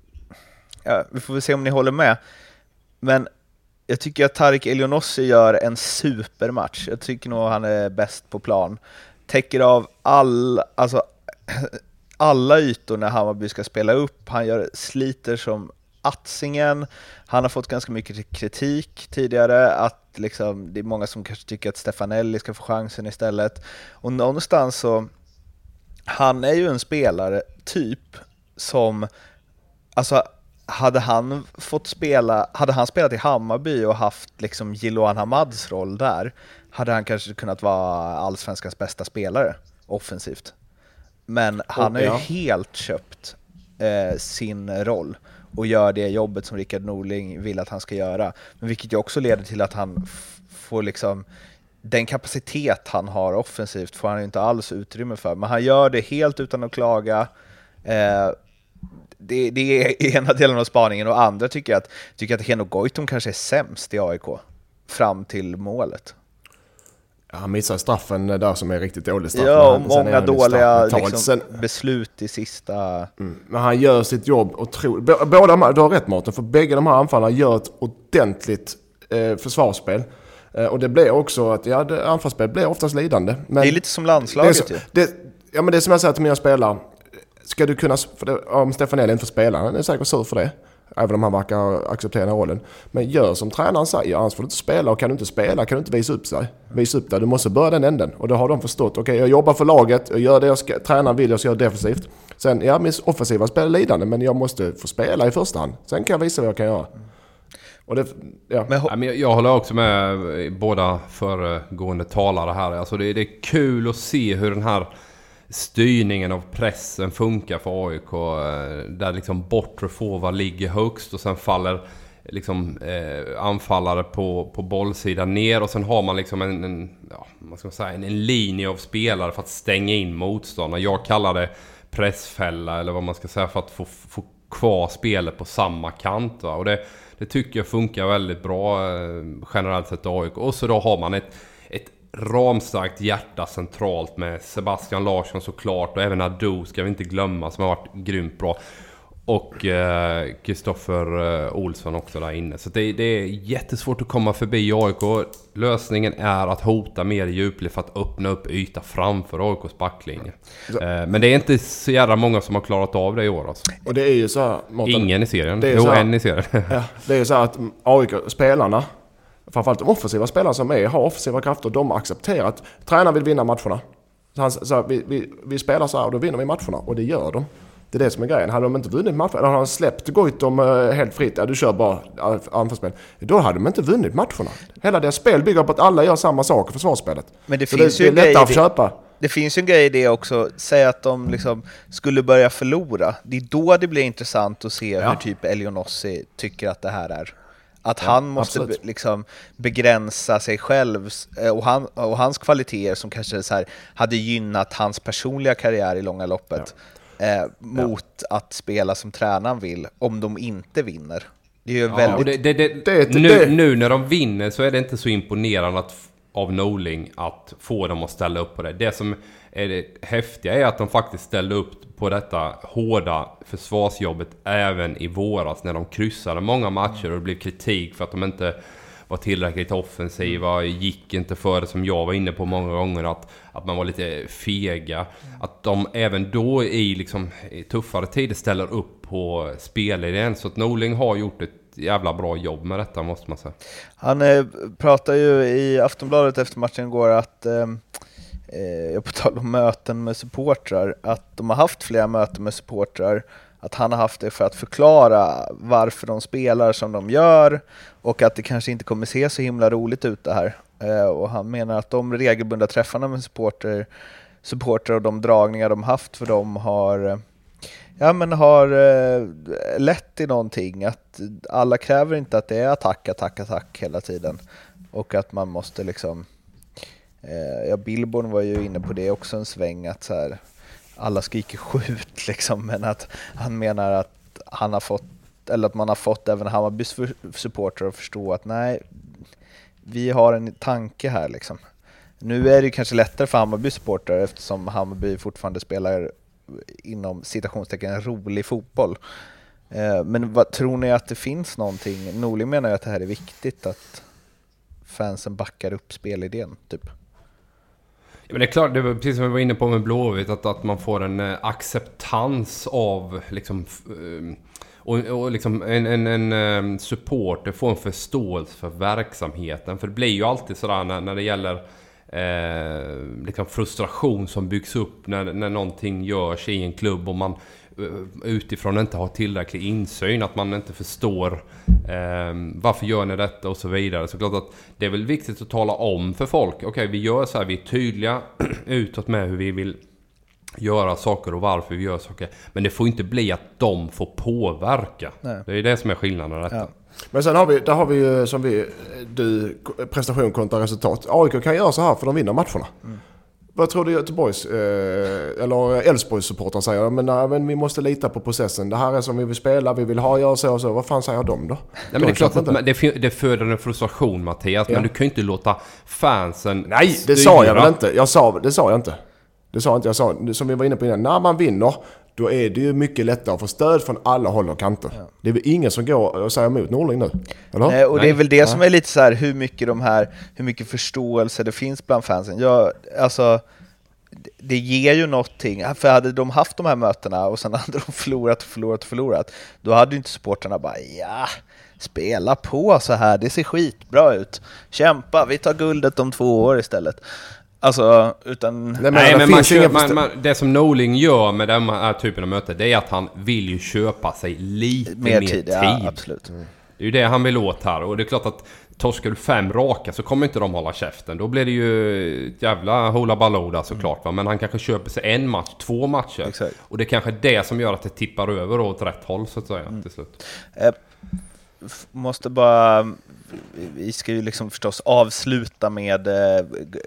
ja, vi får väl se om ni håller med. Men jag tycker att Tarik Elionossi gör en supermatch. Jag tycker nog han är bäst på plan. Täcker av all, alltså, alla ytor när Hammarby ska spela upp. Han gör sliter som Atsingen. Han har fått ganska mycket kritik tidigare, att liksom, det är många som kanske tycker att Stefanelli ska få chansen istället. Och någonstans så, han är ju en spelare typ som, alltså hade han fått spela, hade han spelat i Hammarby och haft liksom Jiloan Hamads roll där, hade han kanske kunnat vara allsvenskans bästa spelare offensivt. Men han har ju ja. helt köpt eh, sin roll och gör det jobbet som Rickard Norling vill att han ska göra. Men vilket ju också leder till att han f- får liksom den kapacitet han har offensivt får han inte alls utrymme för. Men han gör det helt utan att klaga. Eh, det, det är ena delen av spaningen. Och andra tycker jag att, tycker att Heno Goitom kanske är sämst i A I K fram till målet. Ja, han missar straffen där som är riktigt dålig straff. Ja, och många dåliga liksom, sen, beslut i sista... Mm, men han gör sitt jobb och tror... Båda de här, du har rätt Martin, för bägge de här anfallarna gör ett ordentligt eh, försvarsspel. Eh, och det blir också att ja, det, anfallsspel blir oftast lidande. Men det är lite som landslaget det ju. Det, ja, men det är som jag säger till mina spelare. Ska du kunna... För det, om Stefanelli inte får spela, han är säkert sur för det. Även om han verkar acceptera den rollen. Men gör som tränaren säger, annars får du inte spela. Och kan du inte spela kan du inte visa upp sig. Visa upp det. Du måste börja den änden. Och då har de förstått. Okej, okay, jag jobbar för laget. Jag gör det jag ska, tränaren vill jag ska göra defensivt. Sen, ja, min offensiva spel är lidande. Men jag måste få spela i första hand. Sen kan jag visa vad jag kan göra. Och det, ja. Men, ja, men jag håller också med båda föregående talare här. Alltså det, det är kul att se hur den här styrningen av pressen funkar för A I K, där liksom bortre forward ligger högst och sen faller liksom eh, anfallare på, på bollsidan ner och sen har man liksom en, en, ja, vad ska man säga, en, en linje av spelare för att stänga in motståndare. Jag kallar det pressfälla eller vad man ska säga, för att få, få kvar spelet på samma kant, va? Och det, det tycker jag funkar väldigt bra eh, generellt sett A I K. Och så då har man ett, ett ramstarkt hjärta centralt med Sebastian Larsson såklart, och även Ado ska vi inte glömma som har varit grymt bra, och Kristoffer eh, Olsson också där inne. Så det, det är jättesvårt att komma förbi A I K. Lösningen är att hota mer i djupled för att öppna upp yta framför A I K:s backlinje. Eh, men det är inte så jävla många som har klarat av det i år alltså. Och det är ju så här, Mårten, ingen i serien. Det är jo, så här, en i serien. Ja, det är ju så här att A I K-spelarna, framförallt de offensiva spelarna som är, har offensiva krafter, de har accepterat. Tränaren vill vinna matcherna. Så han, så här, vi, vi, vi spelar så här och då vinner vi matcherna. Och det gör de. Det är det som är grejen. Hade de inte vunnit matchen, eller hade de släppt Goitom uh, helt fritt, ja, du kör bara anfallsspel, då hade de inte vunnit matcherna. Hela deras spel bygger på att alla gör samma sak i försvarsspelet. Men det så finns det, ju det är lättare att det, köpa. Det finns ju en grej i det också. Säg att de liksom skulle börja förlora. Det är då det blir intressant att se ja. hur typ Elionossi tycker att det här är. Att ja, han måste be, liksom begränsa sig själv och, han, och hans kvaliteter som kanske så här hade gynnat hans personliga karriär i långa loppet ja. eh, mot ja. att spela som tränaren vill om de inte vinner. Det är ju ja, väldigt... Det, det, det, det, nu, det. nu när de vinner så är det inte så imponerande att, av Norling att få dem att ställa upp på det. Det som är det häftiga är att de faktiskt ställde upp på detta hårda försvarsjobbet även i våras när de kryssade många matcher och det blev kritik för att de inte var tillräckligt offensiva, gick inte för det som jag var inne på många gånger, att, att man var lite fega. Att de även då i, liksom, i tuffare tider ställer upp på spelidén, så att Norling har gjort ett jävla bra jobb med detta, måste man säga. Han eh, pratade ju i Aftonbladet efter matchen igår att eh, jag på tal om möten med supportrar, att de har haft flera möten med supportrar, att han har haft det för att förklara varför de spelar som de gör och att det kanske inte kommer se så himla roligt ut det här. Eh, och han menar att de regelbundna träffarna med supporter, supportrar och de dragningar de haft för dem har ja, men har eh, lett till någonting, att alla kräver inte att det är attack, attack, attack hela tiden och att man måste liksom eh, ja, Billborn var ju inne på det också en sväng, att så här, alla skriker skjut liksom, men att han menar att han har fått, eller att man har fått även Hammarbys supportrar att förstå att nej, vi har en tanke här liksom. Nu är det kanske lättare för Hammarbys supportrar eftersom Hammarby fortfarande spelar inom citationstecken rolig fotboll. Eh, men vad, tror ni att det finns någonting? Norling menar ju att det här är viktigt, att fansen backar upp spelidén typ. Ja, men det är klart, det var precis som vi var inne på med Blåvitt, att, att man får en eh, acceptans av liksom, eh, och, och liksom en, en, en eh, supporter får en förståelse för verksamheten, för det blir ju alltid sådär när, när det gäller Eh, liksom frustration som byggs upp när, när någonting görs i en klubb och man eh, utifrån inte har tillräcklig insyn, att man inte förstår eh, varför gör ni detta och så vidare. Så klart att det är väl viktigt att tala om för folk, okej, okay, vi gör så här, vi är tydliga utåt med hur vi vill göra saker och varför vi gör saker, men det får inte bli att de får påverka. Nej. Det är det som är skillnaden i detta. Ja. Men sen har vi, där har vi ju som vi, du, prestation kontra resultat. A I K kan göra så här för de vinner matcherna. Mm. Vad tror du Göteborgs, eh, eller Elfsborgs supportrar säger? Men, nej, men vi måste lita på processen. Det här är som vi vill spela, vi vill ha, göra så och så. Vad fan säger de då? Nej, men de det är klart att det, det föder en frustration, Mattias. Ja. Men du kan ju inte låta fansen Nej, styra. Det sa jag väl inte. Jag sa, det sa jag inte. Det sa jag inte. Jag sa, som vi var inne på innan, när man vinner, då är det ju mycket lättare att få stöd från alla håll och kanter. Ja. Det är väl ingen som går och säger emot Norling nu? Eller? Nej, och det är väl det som är lite så här, hur mycket de här, hur mycket förståelse det finns bland fansen. Jag, alltså, det ger ju någonting. För hade de haft de här mötena och sen hade de förlorat och förlorat och förlorat, då hade ju inte supporterna bara, ja, spela på så här, det ser skitbra ut. Kämpa, vi tar guldet om två år istället. Alltså, utan... Nej, men, Nej, men man köper, man, man, det som Norling gör med den här typen av möten, det är att han vill ju köpa sig lite mer, mer tid. tid. Ja, absolut. Mm. Det är ju det han vill åt här. Och det är klart att torskar du fem raka så kommer inte de hålla käften. Då blir det ju jävla hula balloda såklart. Va? Men han kanske köper sig en match, två matcher. Exakt. Och det är kanske det som gör att det tippar över åt rätt håll så att säga mm. till slut. Eh, måste bara... Vi ska ju liksom förstås avsluta med eh,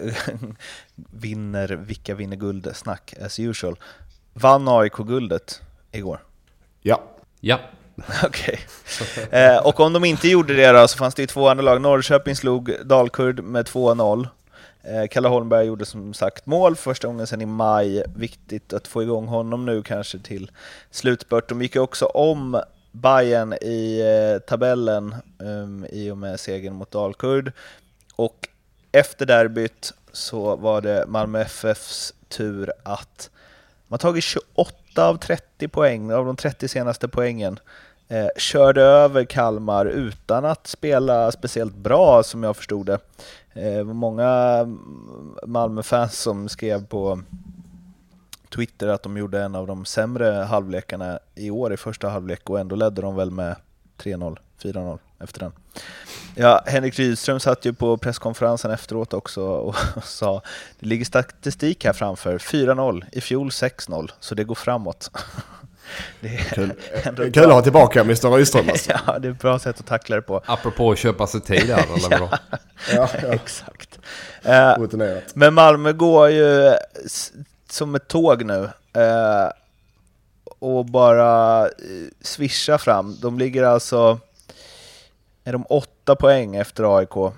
vinner, vilka vinner guld snack as usual. Vann A I K guldet igår? Ja. Ja. Okej. Okay. Eh, och om de inte gjorde det då, så fanns det ju två andra lag. Norrköping slog Dalkurd med två noll. Eh, Kalle Holmberg gjorde som sagt mål första gången sedan i maj. Viktigt att få igång honom nu kanske till slutspurt. De gick också om Bayern i eh, tabellen um, i och med segern mot Dalkurd. Och efter derbyt så var det Malmö F F:s tur att man tagit tjugoåtta av trettio poäng av de trettio senaste poängen. Eh, körde över Kalmar utan att spela speciellt bra som jag förstod det. Eh, många Malmö-fans som skrev på Twitter att de gjorde en av de sämre halvlekarna i år i första halvlek och ändå ledde de väl med tre noll, fyra noll efter den. Ja, Henrik Rydström satt ju på presskonferensen efteråt också och, och sa det ligger statistik här framför, fyra noll, i fjol sex noll, så det går framåt. Det är kul, kul att ha tillbaka mister Rydström. Alltså. Ja, det är ett bra sätt att tackla det på. Apropå att köpa sig tid där, eller bra. Ja, ja. Exakt. Uh, men Malmö går ju s- som ett tåg nu uh, och bara uh, swisha fram. De ligger alltså, är de åtta poäng efter A I K. Uh,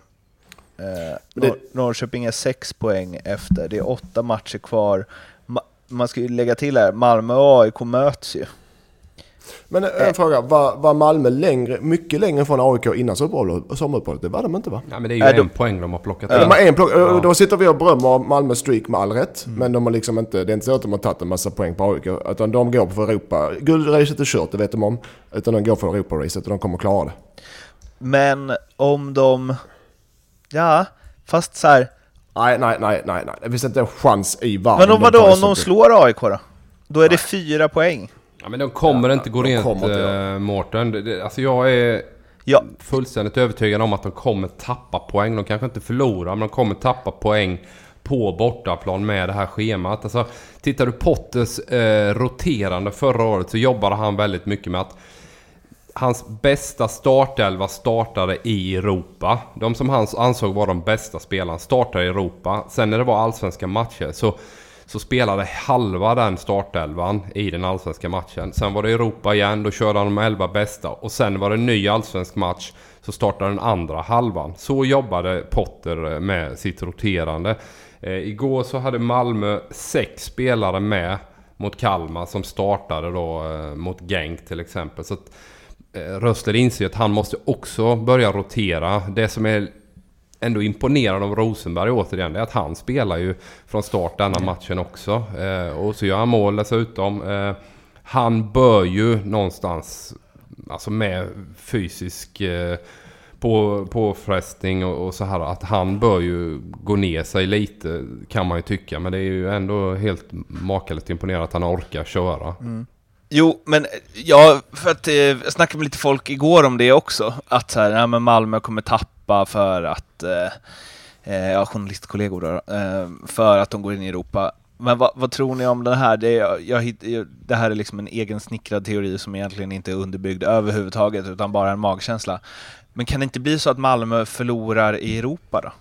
det... Nor- Norrköping är sex poäng efter. Det är åtta matcher kvar. Ma- man ska ju lägga till här, Malmö och A I K möts ju. Men en äh. fråga, var, var Malmö längre, mycket längre från A I K innan sommaruppehållet? Det var de inte, va? Ja, men det är ju äh, en de, poäng de har plockat. Äh, de har en plock, ja. Då sitter vi och brömmer Malmö streak med all rätt. Mm. Men de har liksom inte, det är inte så att de har tagit en massa poäng på A I K. Utan de går för Europa. Guldracet är kört, det vet de om. Utan de går för Europa-racet och de kommer klara det. Men om de... Ja, fast så här... Nej, nej, nej, nej, nej. Det finns inte en chans i varje. Men om vadå, om de slår A I K då? Då är det nej. fyra poäng. Ja, men de kommer ja, inte gå rent, äh, Mårten. Det, det, alltså jag är ja. fullständigt övertygad om att de kommer tappa poäng. De kanske inte förlorar, men de kommer tappa poäng på bortaplan med det här schemat. Alltså, tittar du Potters eh, roterande förra året så jobbade han väldigt mycket med att hans bästa startelva startade i Europa. De som han ansåg var de bästa spelarna startade i Europa. Sen när det var allsvenska matcher så, så spelade halva den startelvan i den allsvenska matchen. Sen var det Europa igen, då körde han de elva bästa. Och sen var det en ny allsvensk match, så startade den andra halvan. Så jobbade Potter med sitt roterande. Eh, igår så hade Malmö sex spelare med mot Kalmar som startade då eh, mot Genk till exempel. Så att Rössler inser att han måste också börja rotera. Det som är ändå imponerande av Rosenberg återigen är att han spelar ju från start denna matchen också. Eh, och så gör han mål dessutom. Eh, han bör ju någonstans, alltså med fysisk eh, på, påfrestning och, och så här, att han bör ju gå ner sig lite, kan man ju tycka. Men det är ju ändå helt makalligt imponerande att han orkar köra. Mm. Jo, men ja, för att eh, jag snackade med lite folk igår om det också, att så här, ja, men Malmö kommer tappa för att eh, ja, journalistkollegor då, eh, för att de går in i Europa. Men vad, vad tror ni om det här? Det, är, jag, jag, det här är liksom en egen snickrad teori som egentligen inte är underbyggd överhuvudtaget, utan bara en magkänsla. Men kan det inte bli så att Malmö förlorar i Europa då?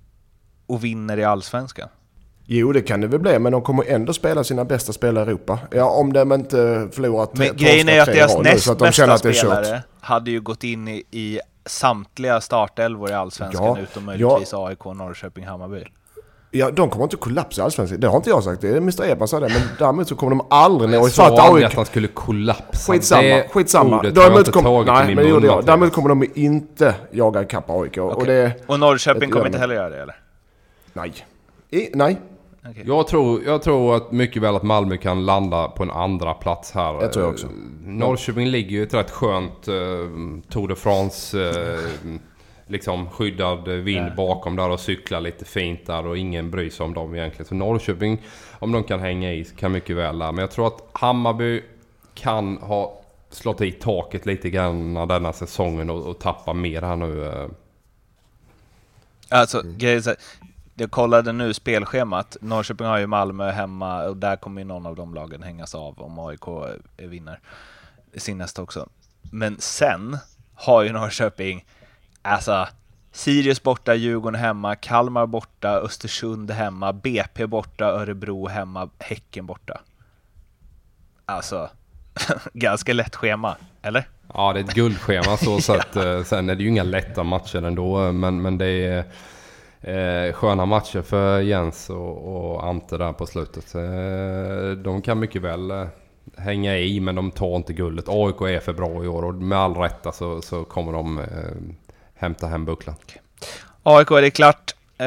Och vinner i Allsvenskan? Jo, det kan det väl bli, men de kommer ändå spela sina bästa spelare i Europa. Ja, om de inte förlorat tre, men grejen är att deras näst så att de känner att det är spelare kört. Hade ju gått in i, i samtliga startelvor i Allsvenskan, ja, utom möjligtvis ja. A I K, Norrköping, Hammarby. Ja, de kommer inte kollapsa i Allsvenskan. Det har inte jag sagt. Det är mister Edman sa det. Men däremot så kommer de aldrig nå i fatt A I K. Att han skulle kollapsa. Skitsamma. Det skitsamma. Däremot, kom, nej, men gjorde jag. Däremot kommer de inte jaga ikapp A I K. Okay. Och, det, och Norrköping kommer inte heller göra det, eller? Nej. I, nej. Okay. Jag, tror, jag tror att mycket väl att Malmö kan landa på en andra plats här. Jag tror jag också. Norrköping ligger ju ett rätt skönt eh, Tour de France eh, liksom skyddad vind yeah. bakom där och cyklar lite fint där och ingen bryr sig om dem egentligen. Så Norrköping, om de kan hänga i, kan mycket väl där. Men jag tror att Hammarby kan ha slått i taket lite grann denna säsongen och, och tappa mer här nu. Eh. Alltså, mm. grejen är, jag kollade nu spelschemat. Norrköping har ju Malmö hemma och där kommer ju någon av de lagen hängas av om A I K vinner sin nästa också. Men sen har ju Norrköping alltså Sirius borta, Djurgården hemma, Kalmar borta, Östersund hemma, B P borta, Örebro hemma, Häcken borta. Alltså ganska lätt schema, eller? Ja, det är ett guldschema så, så att ja. Sen är det ju inga lätta matcher ändå, men, men det är Eh, sköna matcher för Jens och, och Ante där på slutet. Eh, de kan mycket väl eh, hänga i, men de tar inte guldet. A I K är för bra i år och med all rätta så, så kommer de eh, hämta hem bucklan. Okay. A I K är det klart. Eh...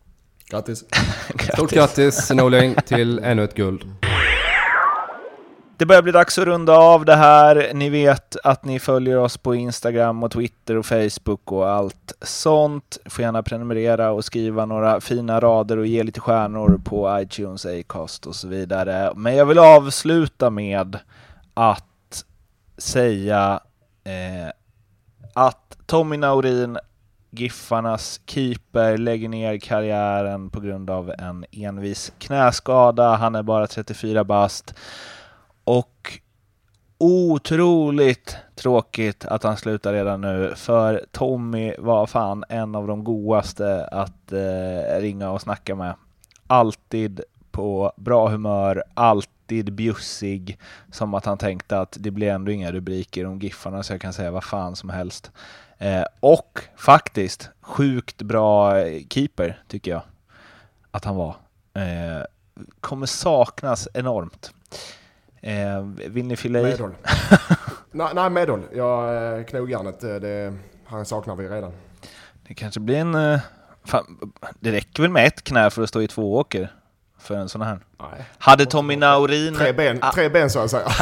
Grattis. Stort grattis Norling till ännu ett guld. Det börjar bli dags att runda av det här. Ni vet att ni följer oss på Instagram och Twitter och Facebook och allt sånt. Får gärna prenumerera och skriva några fina rader och ge lite stjärnor på iTunes, Acast och så vidare. Men jag vill avsluta med att säga eh, att Tommy Naurin, Giffarnas keeper, lägger ner karriären på grund av en envis knäskada. Han är bara trettiofyra bast. Och otroligt tråkigt att han slutar redan nu, för Tommy var fan en av de godaste att eh, ringa och snacka med. Alltid på bra humör, alltid bjussig, som att han tänkte att det blir ändå inga rubriker om Giffarna så jag kan säga vad fan som helst. Eh, och faktiskt sjukt bra keeper tycker jag att han var. Eh, kommer saknas enormt. Eh, vill ni fylla i? Medhåll. nej, nej, medhåll. Jag eh, knogjärnet, det, han saknar vi redan. Det kanske blir en... Eh, fan, det räcker väl med ett knä för att stå i två åker för en sån här. Nej. Hade Tommy Naurin... Tre ben, ah. tre ben så att säga.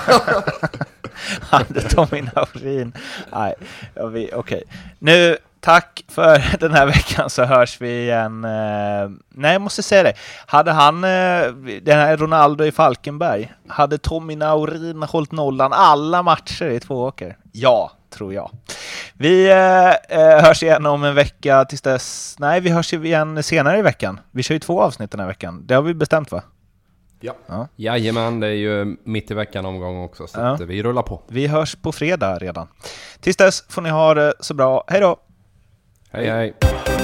Hade Tommy Naurin... Nej, ja, vi, okej. Nu, tack för den här veckan, så hörs vi igen. Eh, nej, jag måste säga det. Hade han, eh, den här Ronaldo i Falkenberg, hade Tommy Naurin hållit nollan alla matcher i två åker? Ja, tror jag. Vi eh, hörs igen om en vecka tills dess. Nej, vi hörs igen senare i veckan. Vi kör ju två avsnitt den här veckan. Det har vi bestämt, va? Ja. Ja. Jajamän, det är ju mitt i veckan omgång också, så Ja. att vi rullar på. Vi hörs på fredag redan. Tills dess får ni ha det så bra. Hej då! Hej hej!